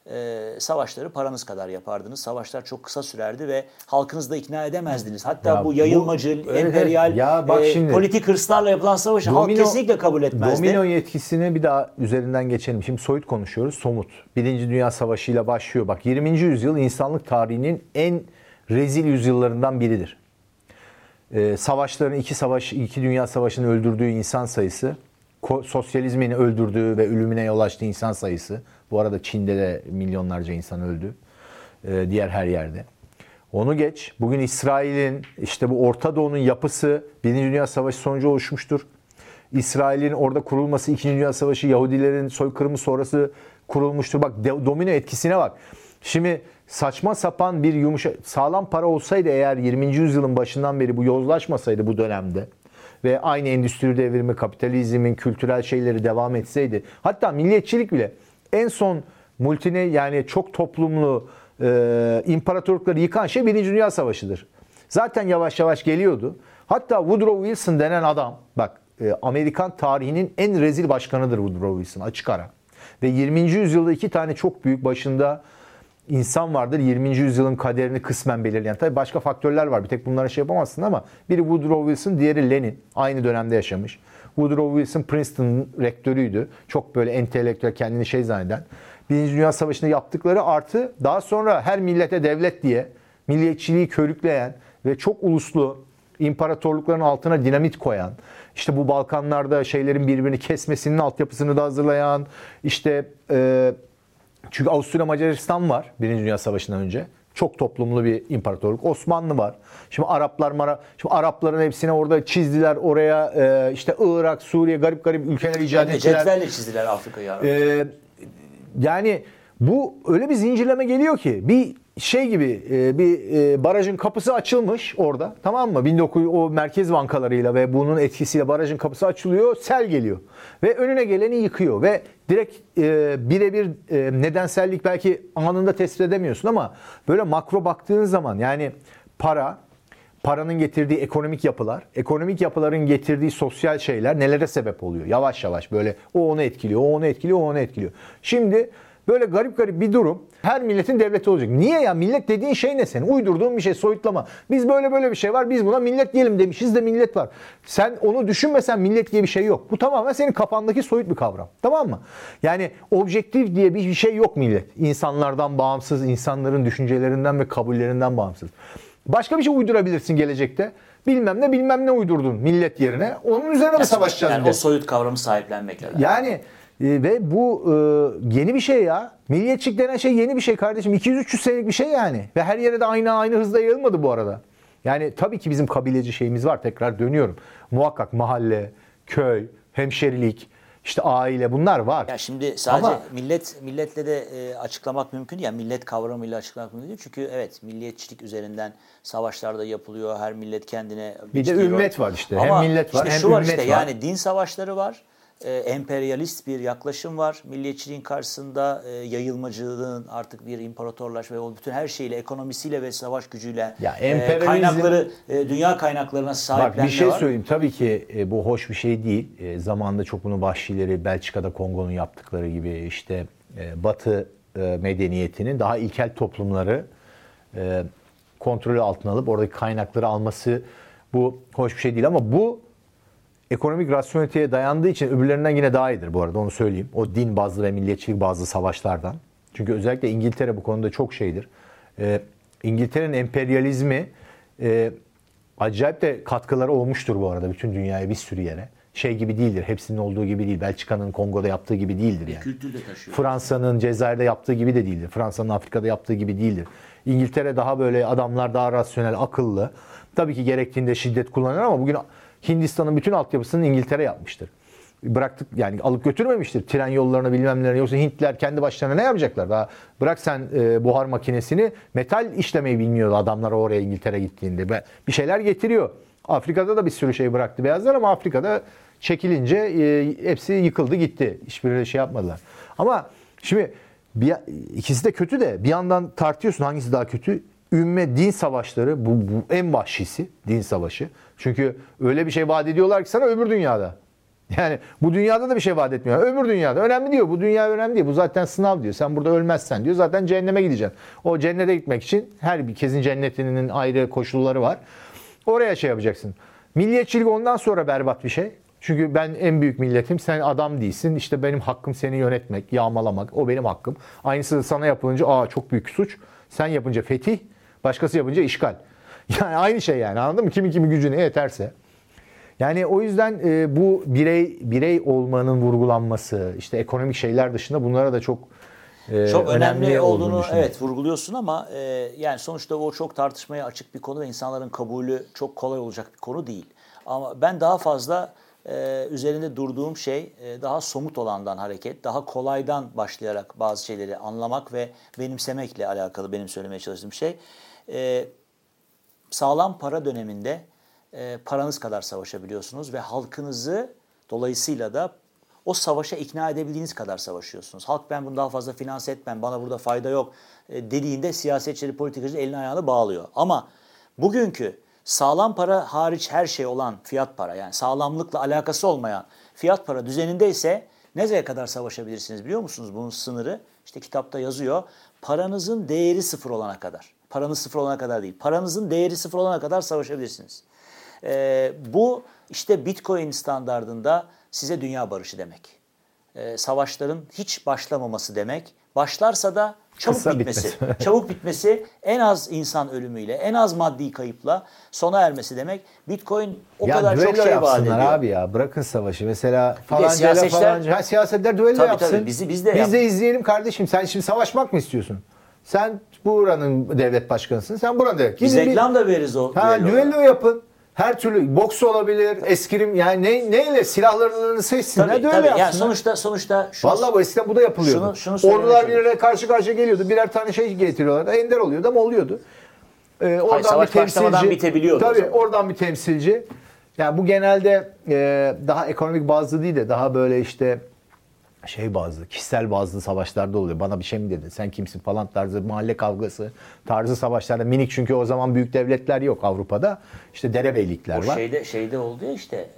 savaşları paranız kadar yapardınız. Savaşlar çok kısa sürerdi ve halkınızı da ikna edemezdiniz. Hatta Ya bu yayılmacı, evet, emperyal, ya bak şimdi, politik hırslarla yapılan savaşı halk kesinlikle kabul etmezdi. Domino yetkisini bir daha üzerinden geçelim. Şimdi soyut konuşuyoruz, somut. Birinci Dünya Savaşı ile başlıyor. Bak 20. yüzyıl insanlık tarihinin en rezil yüzyıllarından biridir. Savaşların, iki dünya savaşının öldürdüğü insan sayısı, sosyalizmin öldürdüğü ve ölümüne yol açtığı insan sayısı. Bu arada Çin'de de milyonlarca insan öldü. Diğer her yerde. Onu geç. Bugün İsrail'in, işte bu Orta Doğu'nun yapısı Birinci Dünya Savaşı sonucu oluşmuştur. İsrail'in orada kurulması, İkinci Dünya Savaşı, Yahudilerin soykırımı sonrası kurulmuştur. Bak domino etkisine bak. Şimdi saçma sapan bir sağlam para olsaydı eğer 20. yüzyılın başından beri bu yozlaşmasaydı bu dönemde ve aynı endüstri devrimi, kapitalizmin kültürel şeyleri devam etseydi, hatta milliyetçilik bile en son yani çok toplumlu imparatorlukları yıkan şey Birinci Dünya Savaşı'dır. Zaten yavaş yavaş geliyordu. Hatta Woodrow Wilson denen adam, bak Amerikan tarihinin en rezil başkanıdır Woodrow Wilson, açık ara. Ve 20. yüzyılda iki tane çok büyük başında insan vardır 20. yüzyılın kaderini kısmen belirleyen. Tabii başka faktörler var. Bir tek bunlara şey yapamazsın ama biri Woodrow Wilson, diğeri Lenin. Aynı dönemde yaşamış. Woodrow Wilson Princeton rektörüydü. Çok böyle entelektüel, kendini şey zanneden. Birinci Dünya Savaşı'nda yaptıkları artı daha sonra her millete devlet diye milliyetçiliği körükleyen ve çok uluslu imparatorlukların altına dinamit koyan, işte bu Balkanlarda şeylerin birbirini kesmesinin altyapısını da hazırlayan, işte çünkü Avusturya Macaristan var Birinci Dünya Savaşı'ndan önce. Çok toplumlu bir imparatorluk. Osmanlı var. Şimdi şimdi Arapların hepsine orada çizdiler. Oraya işte Irak, Suriye, garip ülkeler icat ettiler. Cetvelle çizdiler Afrika'yı. Yani bu öyle bir zincirleme geliyor ki bir şey gibi bir barajın kapısı açılmış orada, tamam mı? 1900 o merkez bankalarıyla ve bunun etkisiyle barajın kapısı açılıyor, sel geliyor ve önüne geleni yıkıyor ve direkt birebir nedensellik belki anında tespit edemiyorsun ama böyle makro baktığın zaman yani paranın getirdiği ekonomik yapılar, ekonomik yapıların getirdiği sosyal şeyler nelere sebep oluyor? Yavaş yavaş böyle o onu etkiliyor, o onu etkiliyor, o onu etkiliyor. Şimdi böyle garip bir durum. Her milletin devleti olacak. Niye ya? Millet dediğin şey ne senin? Uydurduğun bir şey, soyutlama. Biz böyle bir şey var. Biz buna millet diyelim demişiz de millet var. Sen onu düşünmesen millet diye bir şey yok. Bu tamamen senin kafandaki soyut bir kavram. Tamam mı? Yani objektif diye bir şey yok millet. İnsanlardan bağımsız, insanların düşüncelerinden ve kabullerinden bağımsız. Başka bir şey uydurabilirsin gelecekte. Bilmem ne uydurdun millet yerine. Onun üzerine mi savaşacağız? Yani o soyut kavramı sahiplenmekle. Yani ve bu yeni bir şey ya. Milliyetçilik denen şey yeni bir şey kardeşim. 200-300 senelik bir şey yani. Ve her yere de aynı hızda yayılmadı bu arada. Yani tabii ki bizim kabileci şeyimiz var. Tekrar dönüyorum. Muhakkak mahalle, köy, hemşerilik, işte aile bunlar var. Ya şimdi sadece milletle de açıklamak mümkün değil. Yani millet kavramıyla açıklamak mümkün değil. Çünkü evet milliyetçilik üzerinden savaşlarda yapılıyor. Her millet kendine bir de ümmet var işte. Ama hem millet var işte hem şu var ümmet işte, var. yani din savaşları var. Emperyalist bir yaklaşım var. Milliyetçiliğin karşısında yayılmacılığın artık bir imparatorlaşma ve o bütün her şeyle, ekonomisiyle ve savaş gücüyle kaynakları, dünya kaynaklarına sahiplenme var. Bak bir şey söyleyeyim. Tabii ki bu hoş bir şey değil. Zamanında çok bunu Vahşileri, Belçika'da Kongo'nun yaptıkları gibi işte Batı medeniyetinin daha ilkel toplumları kontrolü altına alıp oradaki kaynakları alması bu hoş bir şey değil ama bu ekonomik rasyoneliteye dayandığı için öbürlerinden yine daha iyidir bu arada, onu söyleyeyim. O din bazlı ve milliyetçilik bazlı savaşlardan. Çünkü özellikle İngiltere bu konuda çok şeydir. İngiltere'nin emperyalizmi acayip de katkıları olmuştur bu arada bütün dünyaya, bir sürü yere. Şey gibi değildir, hepsinin olduğu gibi değil. Belçika'nın Kongo'da yaptığı gibi değildir yani. Kültür de taşıyor. Fransa'nın Cezayir'de yaptığı gibi de değildir. Fransa'nın Afrika'da yaptığı gibi değildir. İngiltere daha böyle adamlar daha rasyonel, akıllı. Tabii ki gerektiğinde şiddet kullanır ama bugün Hindistan'ın bütün altyapısını İngiltere yapmıştır. Bıraktık yani, alıp götürmemiştir tren yollarını bilmem neler. Yoksa Hintliler kendi başlarına ne yapacaklar? Daha bırak sen buhar makinesini, metal işlemeyi bilmiyordu adamlar oraya İngiltere gittiğinde. Bir şeyler getiriyor. Afrika'da da bir sürü şey bıraktı beyazlar ama Afrika'da çekilince hepsi yıkıldı gitti. Hiçbir şey yapmadılar. Ama şimdi ikisi de kötü de bir yandan tartıyorsun hangisi daha kötü? Ümme din savaşları bu en vahşisi din savaşı. Çünkü öyle bir şey vaat ediyorlar ki sana öbür dünyada. Yani bu dünyada da bir şey vaat etmiyor. Ömür dünyada. Önemli diyor. Bu dünya önemli değil. Bu zaten sınav diyor. Sen burada ölmezsen diyor. Zaten cehenneme gideceksin. O cennete gitmek için her bir kezin cennetinin ayrı koşulları var. Oraya şey yapacaksın. Milliyetçilik ondan sonra berbat bir şey. Çünkü ben en büyük milletim. Sen adam değilsin. İşte benim hakkım seni yönetmek, yağmalamak. O benim hakkım. Aynısı sana yapılınca çok büyük suç. Sen yapınca fetih. Başkası yapınca işgal. Yani aynı şey yani, anladın mı? Kimi gücüne yeterse. Yani o yüzden bu birey olmanın vurgulanması, işte ekonomik şeyler dışında bunlara da çok önemli olduğunu düşünüyorum. vurguluyorsun ama yani sonuçta o çok tartışmaya açık bir konu ve insanların kabulü çok kolay olacak bir konu değil. Ama ben daha fazla üzerinde durduğum şey daha somut olandan hareket, daha kolaydan başlayarak bazı şeyleri anlamak ve benimsemekle alakalı benim söylemeye çalıştığım şey. Sağlam para döneminde paranız kadar savaşabiliyorsunuz ve halkınızı dolayısıyla da o savaşa ikna edebildiğiniz kadar savaşıyorsunuz. Halk ben bunu daha fazla finanse etmem, bana burada fayda yok dediğinde siyasetçileri, politikacı elini ayağını bağlıyor. Ama bugünkü sağlam para hariç her şey olan fiyat para, yani sağlamlıkla alakası olmayan fiyat para düzeninde ise nereye kadar savaşabilirsiniz biliyor musunuz? Bunun sınırı işte kitapta yazıyor. Paranızın değeri sıfır olana kadar. Paranız sıfır olana kadar değil. Paranızın değeri sıfır olana kadar savaşabilirsiniz. Bu işte Bitcoin standardında size dünya barışı demek. Savaşların hiç başlamaması demek. Başlarsa da çabuk bitmesi. Çabuk bitmesi, en az insan ölümüyle, en az maddi kayıpla sona ermesi demek. Bitcoin o kadar çok şey vaat ediyor. Abi ya, bırakın savaşı. Mesela falancayla falanca. Siyasetler düello yapsın. Tabii, biz de izleyelim kardeşim. Sen şimdi savaşmak mı istiyorsun? Sen buranın devlet başkanısın. Sen buranın devlet. Biz reklam da veririz o düello yapın. Her türlü boks olabilir, eskrim, yani neyle silahlarını seçsinler, düello yapsınlar. Yani sonuçta vallahi bu eskiden bu da yapılıyordu. Ordular birbirine karşı karşıya geliyordu. Birer tane şey getiriyorlardı. Ender oluyordu ama oluyordu. Oradan savaş başlamadan bitebiliyordu. Tabii oradan bir temsilci. Yani bu genelde daha ekonomik bazlı değil de daha böyle işte bazlı, kişisel bazlı savaşlarda oluyor. Bana bir şey mi dedin? Sen kimsin falan tarzı, mahalle kavgası tarzı savaşlarda, minik, çünkü o zaman büyük devletler yok Avrupa'da. İşte derebeylikler var. Şeyde oldu ya işte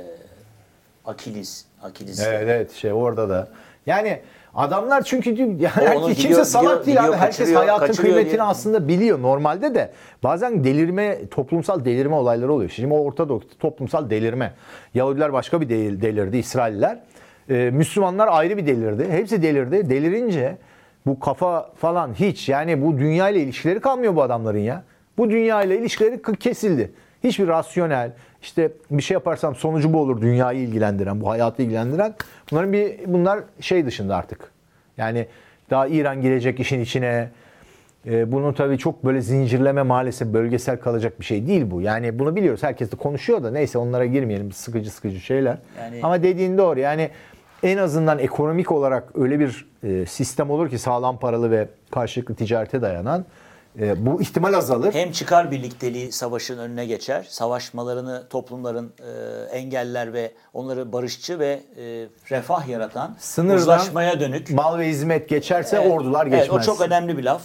Akilis. Evet orada da. Yani adamlar çünkü yani kimse salak değil abi. Herkes hayatın kıymetini diye aslında biliyor normalde de. Bazen toplumsal delirme olayları oluyor. Şimdi o Ortadoks toplumsal delirme. Yahudiler başka bir delirdi, İsrailler. Müslümanlar ayrı bir delirdi. Hepsi delirdi. Delirince bu kafa falan hiç, yani bu dünya ile ilişkileri kalmıyor bu adamların ya. Bu dünya ile ilişkileri kesildi. Hiçbir rasyonel, işte bir şey yaparsam sonucu bu olur, dünyayı ilgilendiren, bu hayatı ilgilendiren. Bunlar dışında artık. Yani daha İran girecek işin içine. Bunu tabii çok böyle zincirleme, maalesef bölgesel kalacak bir şey değil bu. Yani bunu biliyoruz. Herkes de konuşuyor da neyse, onlara girmeyelim. Sıkıcı şeyler. Ama dediğin doğru. Yani en azından ekonomik olarak öyle bir sistem olur ki sağlam paralı ve karşılıklı ticarete dayanan, bu ihtimal azalır. Hem çıkar birlikteliği savaşın önüne geçer. Savaşmalarını toplumların engeller ve onları barışçı ve refah yaratan, sınırdan uzlaşmaya dönük. Mal ve hizmet geçerse ordular geçmez. Evet, o çok önemli bir laf.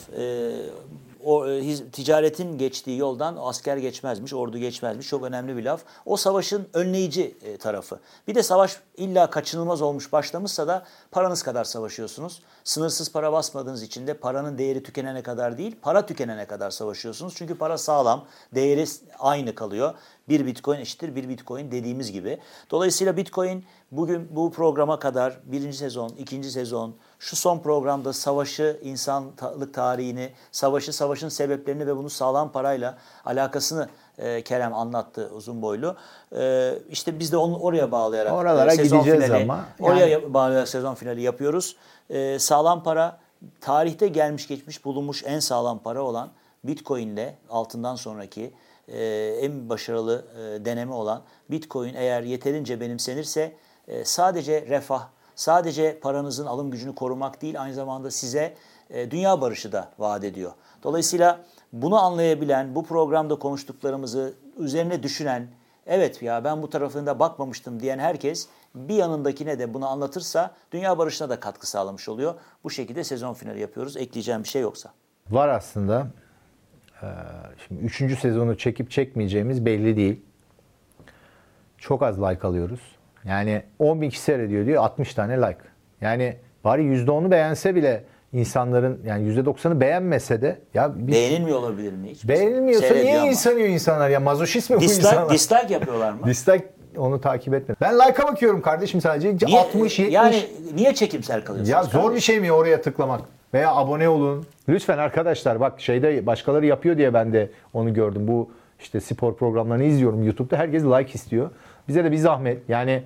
Ticaretin geçtiği yoldan asker geçmezmiş, ordu geçmezmiş. Çok önemli bir laf. O savaşın önleyici tarafı. Bir de savaş illa kaçınılmaz olmuş, başlamışsa da paranız kadar savaşıyorsunuz. Sınırsız para basmadığınız için de paranın değeri tükenene kadar değil, para tükenene kadar savaşıyorsunuz. Çünkü para sağlam, değeri aynı kalıyor. Bir Bitcoin eşittir bir Bitcoin dediğimiz gibi. Dolayısıyla Bitcoin bugün bu programa kadar 1. sezon, 2. sezon, şu son programda savaşı, insanlık tarihini, savaşın sebeplerini ve bunu sağlam parayla alakasını Kerem anlattı uzun boylu. İşte biz de onu oraya bağlayarak oralara gideceğiz ama. Oraya bağlayarak sezon finali yapıyoruz. Sağlam para, tarihte gelmiş geçmiş bulunmuş en sağlam para olan Bitcoin'le altından sonraki en başarılı deneme olan Bitcoin eğer yeterince benimsenirse sadece refah, sadece paranızın alım gücünü korumak değil, aynı zamanda size dünya barışı da vaat ediyor. Dolayısıyla bunu anlayabilen, bu programda konuştuklarımızı üzerine düşünen, evet ya ben bu tarafında bakmamıştım diyen herkes bir yanındakine de bunu anlatırsa dünya barışına da katkı sağlamış oluyor. Bu şekilde sezon finali yapıyoruz. Ekleyeceğim bir şey yoksa. Var aslında. Şimdi 3. sezonu çekip çekmeyeceğimiz belli değil. Çok az like alıyoruz. Yani 10 bin kişi seyrediyor diyor 60 tane like. Yani bari %10'u beğense bile insanların yani %90'ı beğenmese de ya beğenilmiyor olabilir mi hiç? Beğenilmiyorsa Seyrediyor niye ama. insanıyor insanlar ya? Mazoşist mi bu insanlar? Dislike yapıyorlar mı? Dislike onu takip etmedim. Ben like'a bakıyorum kardeşim sadece. Niye, 60 70. Yani niye çekimsel kalıyorsunuz? Ya zor kardeşim? bir şey mi oraya tıklamak? Veya abone olun. Lütfen arkadaşlar bak şeyde başkaları yapıyor diye ben de onu gördüm. Bu işte spor programlarını izliyorum YouTube'da. Herkes like istiyor. Bize de bir zahmet. Yani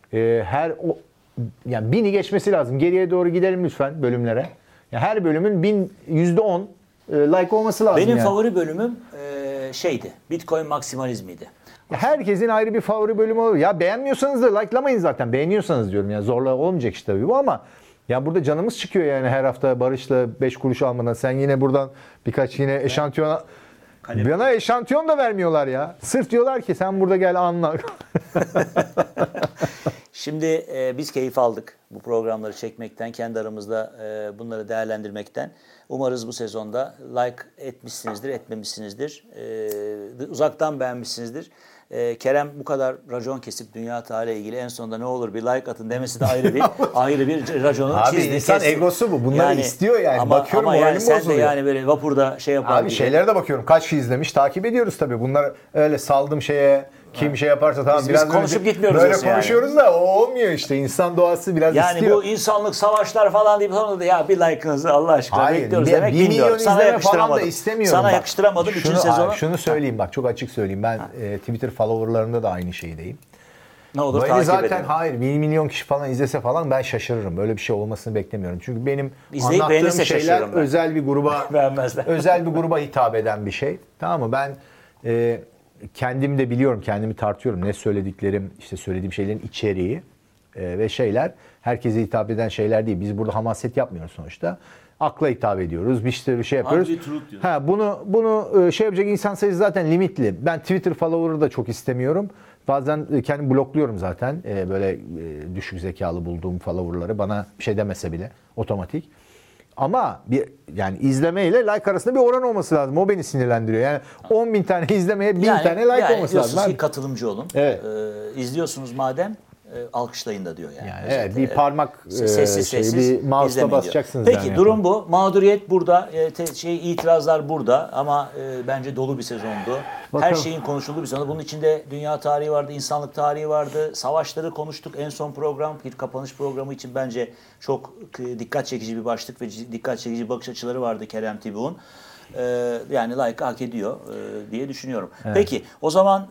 yani 1000'i geçmesi lazım. Geriye doğru gidelim lütfen bölümlere. Yani her bölümün %10 like olması lazım. Benim yani. favori bölümüm şeydi. Bitcoin maksimalizmiydi. Herkesin ayrı bir favori bölümü olur. Ya beğenmiyorsanız da likelamayın zaten. Beğeniyorsanız diyorum. Yani zorla olmayacak işte tabii bu ama ya burada canımız çıkıyor yani her hafta Barış'la 5 kuruş almadan. Sen yine buradan birkaç yine eşantiyon... Bana eşantiyon da vermiyorlar ya. Sırf diyorlar ki sen burada gel anla. Şimdi biz keyif aldık bu programları çekmekten, kendi aramızda bunları değerlendirmekten. Umarız bu sezonda like etmişsinizdir, etmemişsinizdir. Uzaktan beğenmişsinizdir. Kerem bu kadar racon kesip dünya tarihiyle ilgili en sonunda ne olur bir like atın demesi de ayrı bir raconu Abi çizdi. insan kesti. egosu bu. Bunları istiyor yani. Ama, bakıyorum ama yani moralim sen bozuluyor. de yani böyle vapurda şey yapar Abi gibi. şeylere de bakıyorum. Kaç kişi izlemiş takip ediyoruz tabii. Bunlar öyle saldım şeye kim şey yaparsa tamam Biz biraz konuşup gitmiyoruz böyle yani. konuşuyoruz da o olmuyor işte. İnsan doğası biraz yani istiyor. bu insanlık savaşlar falan deyip sonra da ya bir like'ınızı Allah aşkına Hayır, bekliyoruz demek 1 milyon bilmiyorum. Sana izleme falan da yakıştıramadım. istemiyorum. Sana bak. yakıştıramadım bütün sezonu. Şunu söyleyeyim bak çok açık söyleyeyim. Ben Twitter followerlarında da aynı şeydeyim. Ne olur Beni takip zaten edin. hayır 1 milyon kişi falan izlese falan ben şaşırırım. Böyle bir şey olmasını beklemiyorum. Çünkü benim İzleyip anlattığım beğenirse şeyler şaşırırım ben. özel bir gruba Beğenmezler. özel bir gruba hitap eden bir şey. Tamam mı? Ben kendimi de biliyorum, kendimi tartıyorum. Ne söylediklerim, işte söylediğim şeylerin içeriği ve şeyler herkese hitap eden şeyler değil. Biz burada hamaset yapmıyoruz sonuçta. Akla hitap ediyoruz. Bir şey yapıyoruz. Bunu şey yapacak insan sayısı zaten limitli. Ben Twitter follower'ı da çok istemiyorum. Bazen kendimi blokluyorum zaten. Böyle düşük zekalı bulduğum follower'ları bana bir şey demese bile otomatik. Ama yani izleme ile like arasında bir oran olması lazım. O beni sinirlendiriyor. Yani 10 bin tane izlemeye 1000 tane like olması lazım. Yani katılımcı olun. Evet. İzliyorsunuz madem alkışlayın da diyor yani. Evet, bir parmak sessiz bir mouse'la izlemeyin basacaksınız. diyor. Peki yani. durum bu. Mağduriyet burada. İtirazlar burada ama bence dolu bir sezondu. Bakalım. Her şeyin konuşulduğu bir sezondu. Bunun içinde dünya tarihi vardı, insanlık tarihi vardı. Savaşları konuştuk. En son program bir kapanış programı için bence çok dikkat çekici bir başlık ve dikkat çekici bakış açıları vardı Kerem Tibu'nun. Yani like hak ediyor diye düşünüyorum. Evet. Peki o zaman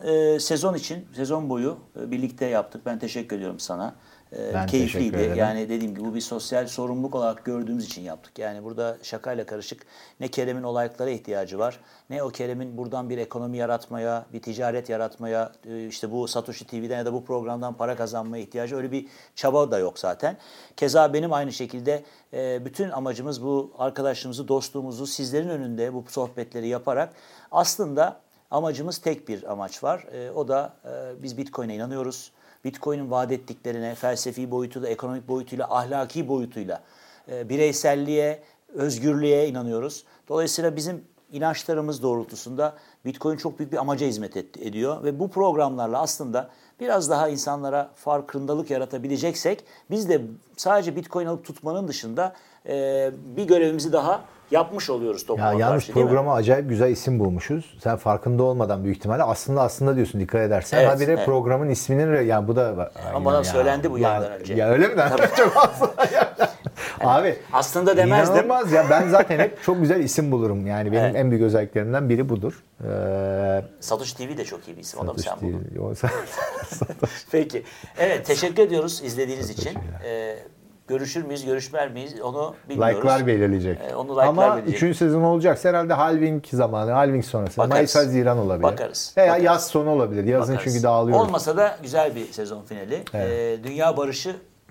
sezon boyu birlikte yaptık. Ben teşekkür ediyorum sana. Ben Keyifliydi. Yani dediğim gibi bu bir sosyal sorumluluk olarak gördüğümüz için yaptık. Yani burada şakayla karışık ne Kerem'in o like'lara ihtiyacı var, ne o Kerem'in buradan bir ekonomi yaratmaya, bir ticaret yaratmaya, işte bu Satoshi TV'den ya da bu programdan para kazanmaya ihtiyacı, öyle bir çaba da yok zaten. Keza benim aynı şekilde bütün amacımız bu arkadaşlığımızı, dostluğumuzu sizlerin önünde bu sohbetleri yaparak aslında amacımız tek bir amaç var. O da biz Bitcoin'e inanıyoruz. Bitcoin'in vaat ettiklerine felsefi boyutuyla, ekonomik boyutuyla, ahlaki boyutuyla, bireyselliğe, özgürlüğe inanıyoruz. Dolayısıyla bizim inançlarımız doğrultusunda Bitcoin çok büyük bir amaca hizmet ediyor. Ve bu programlarla aslında biraz daha insanlara farkındalık yaratabileceksek biz de sadece Bitcoin alıp tutmanın dışında bir görevimizi daha yapmış oluyoruz topluma karşı. Yalnız programa acayip güzel isim bulmuşuz. Sen farkında olmadan büyük ihtimalle aslında diyorsun dikkat edersen. Evet, habire programın isminin yani bu da ama bana söylendi bu yayından önce. Ya öyle mi? Çok aslında Abi aslında demezdim. İnanılmaz ya, ben zaten hep çok güzel isim bulurum. Yani benim en büyük özelliklerimden biri budur. Satoshi TV de çok iyi bir isim. Adam sen Satoshi buldun. Peki. Evet, teşekkür ediyoruz izlediğiniz için. Görüşür müyüz, görüşmer miyiz onu bilmiyoruz. Like'lar belirleyecek. Ama 3. sezon olacaksa herhalde halving zamanı, halving sonrası. Mayıs-Haziran olabilir. Bakarız. Veya yaz sonu olabilir. Yazın çünkü dağılıyoruz. Olmasa da güzel bir sezon finali. Evet. Dünya barışı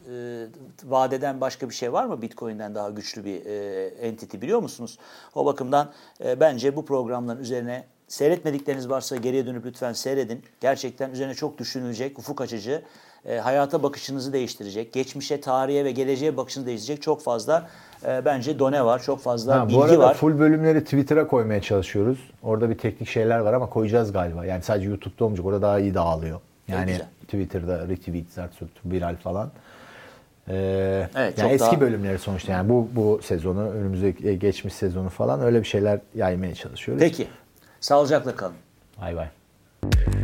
vaat eden başka bir şey var mı? Bitcoin'den daha güçlü bir entity biliyor musunuz? O bakımdan bence bu programların üzerine seyretmedikleriniz varsa geriye dönüp lütfen seyredin. Gerçekten üzerine çok düşünülecek, ufuk açıcı, hayata bakışınızı değiştirecek, geçmişe, tarihe ve geleceğe bakışınızı değiştirecek çok fazla bence done var, çok fazla bilgi var. Bu arada full bölümleri Twitter'a koymaya çalışıyoruz. Orada bir teknik şeyler var ama koyacağız galiba. Yani sadece YouTube'da olmayacak, orada daha iyi dağılıyor. Yani güzel. Twitter'da retweet, zarsut, viral falan. Evet, Yani eski daha... bölümleri sonuçta, yani bu sezonu, önümüzdeki geçmiş sezonu falan öyle bir şeyler yaymaya çalışıyoruz. Peki. Sağlıcakla kalın. Bay bay.